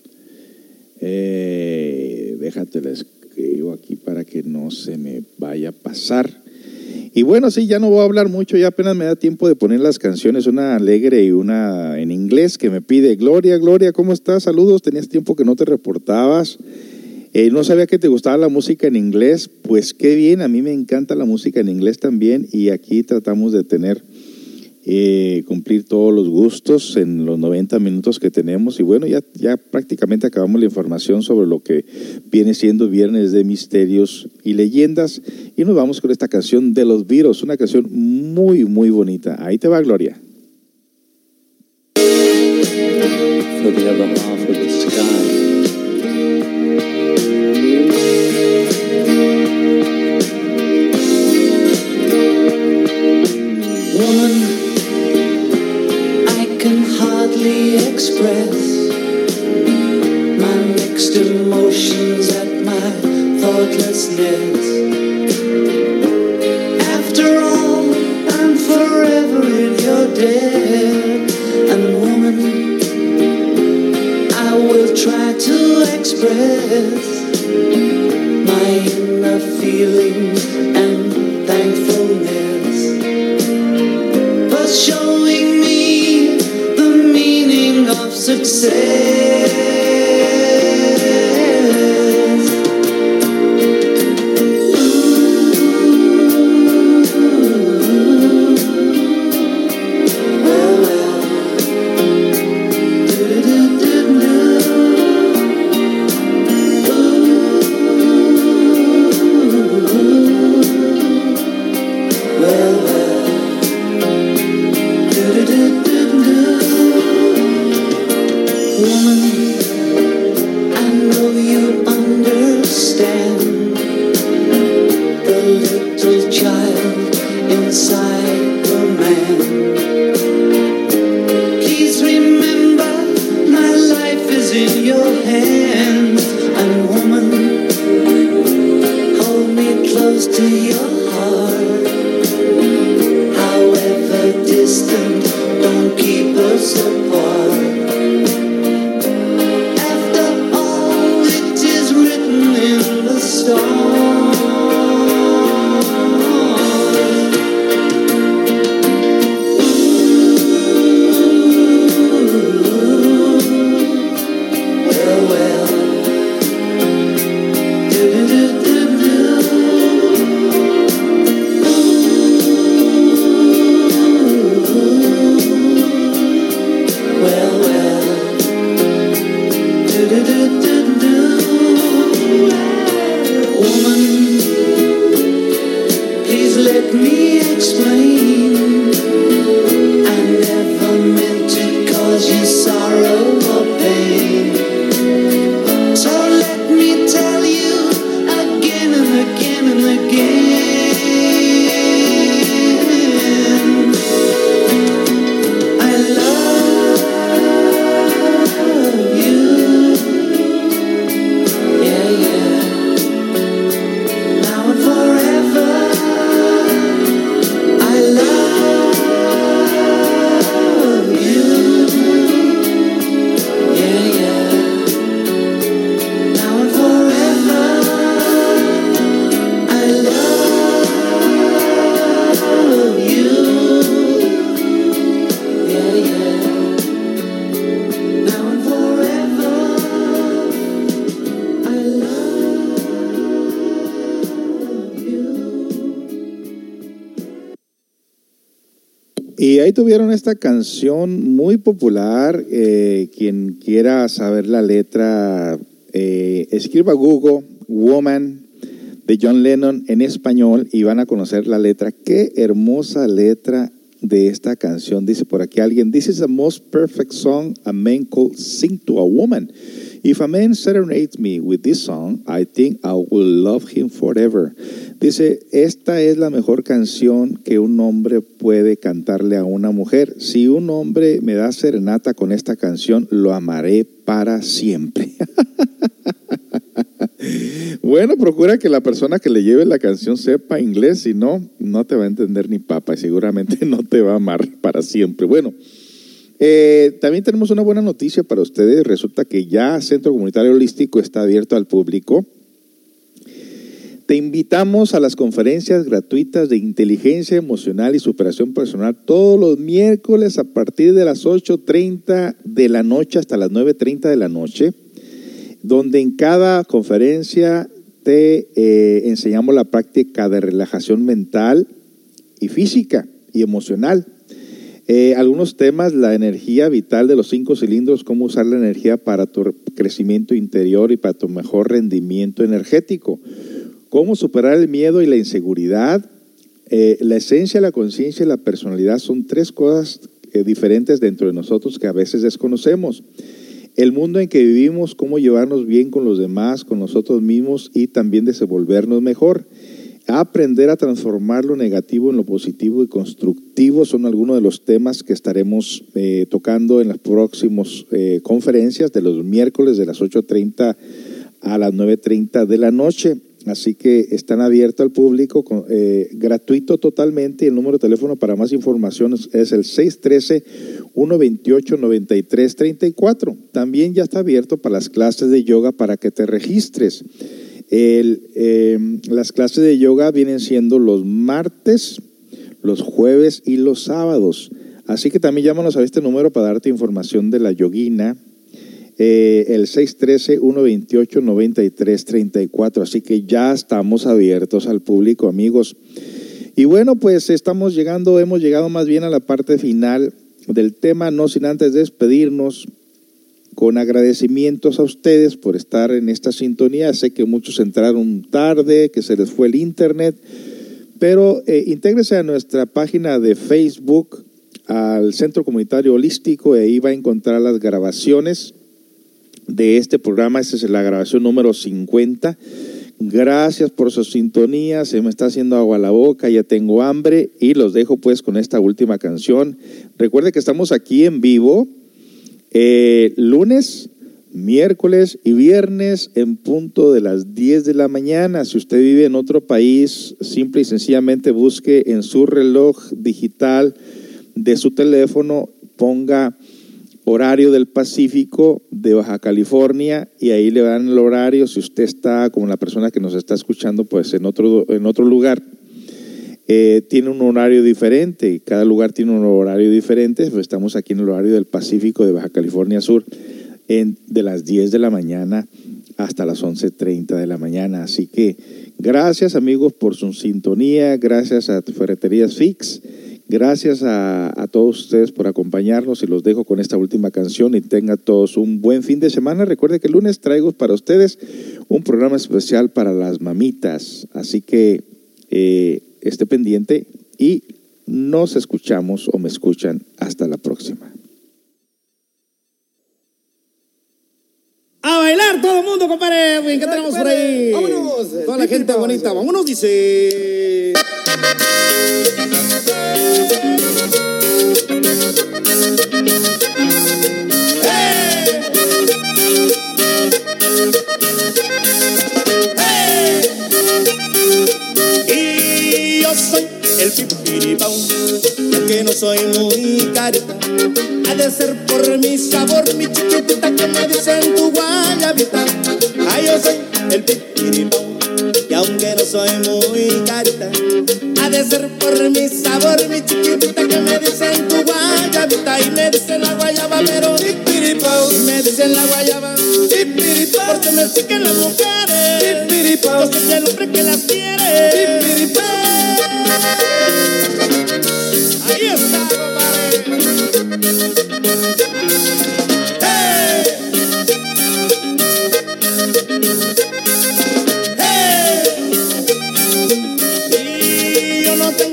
Eh, déjate la escribo aquí para que no se me vaya a pasar. Y bueno, sí, ya no voy a hablar mucho, ya apenas me da tiempo de poner las canciones, una alegre y una en inglés que me pide Gloria. Gloria, ¿cómo estás? Saludos, tenías tiempo que no te reportabas. Eh, no sabía que te gustaba la música en inglés. Pues qué bien, a mí me encanta la música en inglés también, y aquí tratamos de tener Eh, cumplir todos los gustos en los noventa minutos que tenemos. Y bueno, ya, ya prácticamente acabamos la información sobre lo que viene siendo Viernes de Misterios y Leyendas, y nos vamos con esta canción de los Beatles, una canción muy muy bonita. Ahí te va, Gloria. For the other half of the sky. Woman, express my mixed emotions at my thoughtlessness. After all, I'm forever in your debt. And woman, I will try to express my inner feelings and thankfulness for showing me the meaning of success. Y ahí tuvieron esta canción muy popular. Eh, quien quiera saber la letra, eh, escriba Google Woman de John Lennon en español y van a conocer la letra. Qué hermosa letra de esta canción. Dice por aquí alguien: "This is the most perfect song a man could sing to a woman. If a man serenades me with this song, I think I will love him forever." Dice, esta es la mejor canción que un hombre puede cantarle a una mujer. Si un hombre me da serenata con esta canción, lo amaré para siempre. Bueno, procura que la persona que le lleve la canción sepa inglés, si no, no te va a entender ni papa y seguramente no te va a amar para siempre. Bueno, eh, también tenemos una buena noticia para ustedes. Resulta que ya Centro Comunitario Holístico está abierto al público. Te invitamos a las conferencias gratuitas de inteligencia emocional y superación personal todos los miércoles a partir de las ocho treinta de la noche hasta las nueve treinta de la noche, donde en cada conferencia te eh, enseñamos la práctica de relajación mental y física y emocional. Eh, algunos temas: la energía vital de los cinco cilindros, cómo usar la energía para tu crecimiento interior y para tu mejor rendimiento energético. Cómo superar el miedo y la inseguridad. Eh, la esencia, la conciencia y la personalidad son tres cosas eh, diferentes dentro de nosotros que a veces desconocemos. El mundo en que vivimos, cómo llevarnos bien con los demás, con nosotros mismos y también desenvolvernos mejor. Aprender a transformar lo negativo en lo positivo y constructivo son algunos de los temas que estaremos eh, tocando en las próximas eh, conferencias de los miércoles de las ocho treinta a las nueve treinta de la noche. Así que están abiertos al público, eh, gratuito totalmente. El número de teléfono para más información es, es el seis uno tres, uno dos ocho, nueve tres tres cuatro. También ya está abierto para las clases de yoga para que te registres. El, eh, las clases de yoga vienen siendo los martes, los jueves y los sábados. Así que también llámanos a este número para darte información de la yoguina. Eh, el seis uno tres, uno dos ocho, nueve tres tres cuatro. Así que ya estamos abiertos al público, amigos. Y bueno, pues estamos llegando, hemos llegado más bien a la parte final del tema, no sin antes despedirnos con agradecimientos a ustedes por estar en esta sintonía. Sé que muchos entraron tarde, que se les fue el internet, pero eh, intégrese a nuestra página de Facebook, al Centro Comunitario Holístico, y ahí va a encontrar las grabaciones de este programa. Esta es la grabación número cincuenta. Gracias por su sintonía. Se me está haciendo agua la boca, ya tengo hambre y los dejo pues con esta última canción. Recuerde que estamos aquí en vivo eh, lunes, miércoles y viernes en punto de las diez de la mañana. Si usted vive en otro país, simple y sencillamente busque en su reloj digital de su teléfono, ponga horario del Pacífico de Baja California y ahí le dan el horario. Si usted está, como la persona que nos está escuchando, pues en otro, en otro lugar, eh, tiene un horario diferente. Cada lugar tiene un horario diferente. Pues estamos aquí en el horario del Pacífico de Baja California Sur, en, de las diez de la mañana hasta las once treinta de la mañana. Así que gracias, amigos, por su sintonía. Gracias a Ferreterías Fix. Gracias a, a todos ustedes por acompañarnos y los dejo con esta última canción y tengan todos un buen fin de semana. Recuerden que el lunes traigo para ustedes un programa especial para las mamitas, así que eh, esté pendiente y nos escuchamos o me escuchan hasta la próxima. A bailar todo el mundo, compadre. ¿Qué tenemos por ahí? Vámonos. Toda la gente bonita. Vámonos, dice. ¡Hey! ¡Hey! Y yo soy el pipiripau, aunque no soy muy carita, ha de ser por mi sabor, mi chiquitita, que me dicen tu guayabita. Ay, yo soy el pipiripau, y aunque no soy muy carita, ha de ser por mi sabor, mi chiquitita, que me dicen tu guayabita. Y me dicen la guayaba, pero pipiripau, y me dicen la guayaba, pipiripau, porque me siguen las mujeres, pipiripau, yo soy el hombre que las quiere, pipiripau. Ahí está.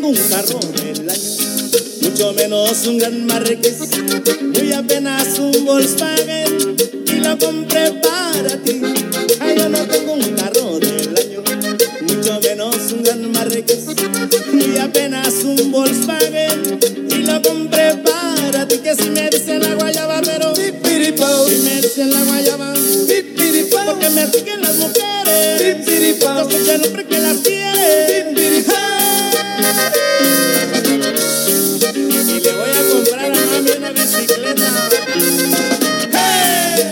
tengo un carro del año, mucho menos un gran Marqués, muy apenas un Volkswagen y lo compré para ti. Ay, yo no tengo un carro del año, mucho menos un gran Marqués, muy apenas un Volkswagen y lo compré para ti. Que si me dicen la guayaba, pero pipiripao, si me dicen la guayaba, pipiripao, porque me siguen las mujeres, pipiripao, yo soy el hombre que las quiere, pipiripao. Y le voy a comprar a mami una bicicleta. ¡Hey!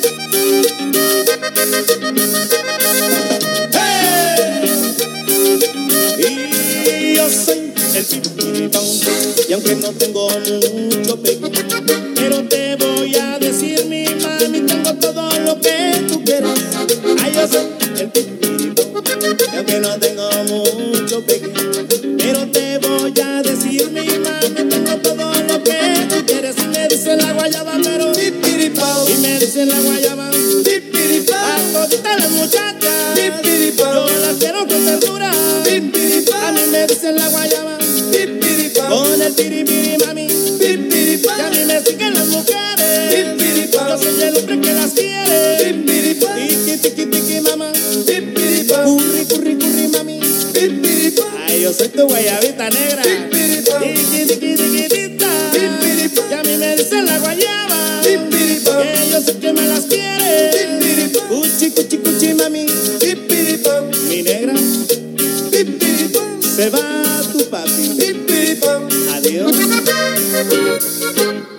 ¡Hey! Y yo soy el pipiripao, y aunque no tengo mucho pegue, pero te voy a decir, mi mami, tengo todo lo que tú quieras. Ay, yo soy el pipiripao, y aunque no tengo mucho pegue, pero te voy a decir, mi mami, tengo todo lo que tú quieres. Y me dicen la guayaba, pero pipiripao, y me dicen la guayaba, pipiripao, a toditas las muchachas, pipiripao, yo las quiero con ternura, pipiripao, a mí me dicen la guayaba, pipiripao, con el piripiri, mami, pipiripao, y a mí me siguen las mujeres, pipiripao, yo soy el hombre que las quiere, pipiripao, tiki tiki tiki mamá, pipiripao, curri curri curri mami, pipiripao, ay, yo soy tu guayabita negra, pipiripao, tiki tiki tiki tita, pipiripao, y a mí me dicen la guayaba, pipiripao, que yo sé que me las quiere, pipiripao, cuchi cuchi cuchi mami, pipiripao, mi negra, pipiripao, se va tu papi, pipiripao, adiós.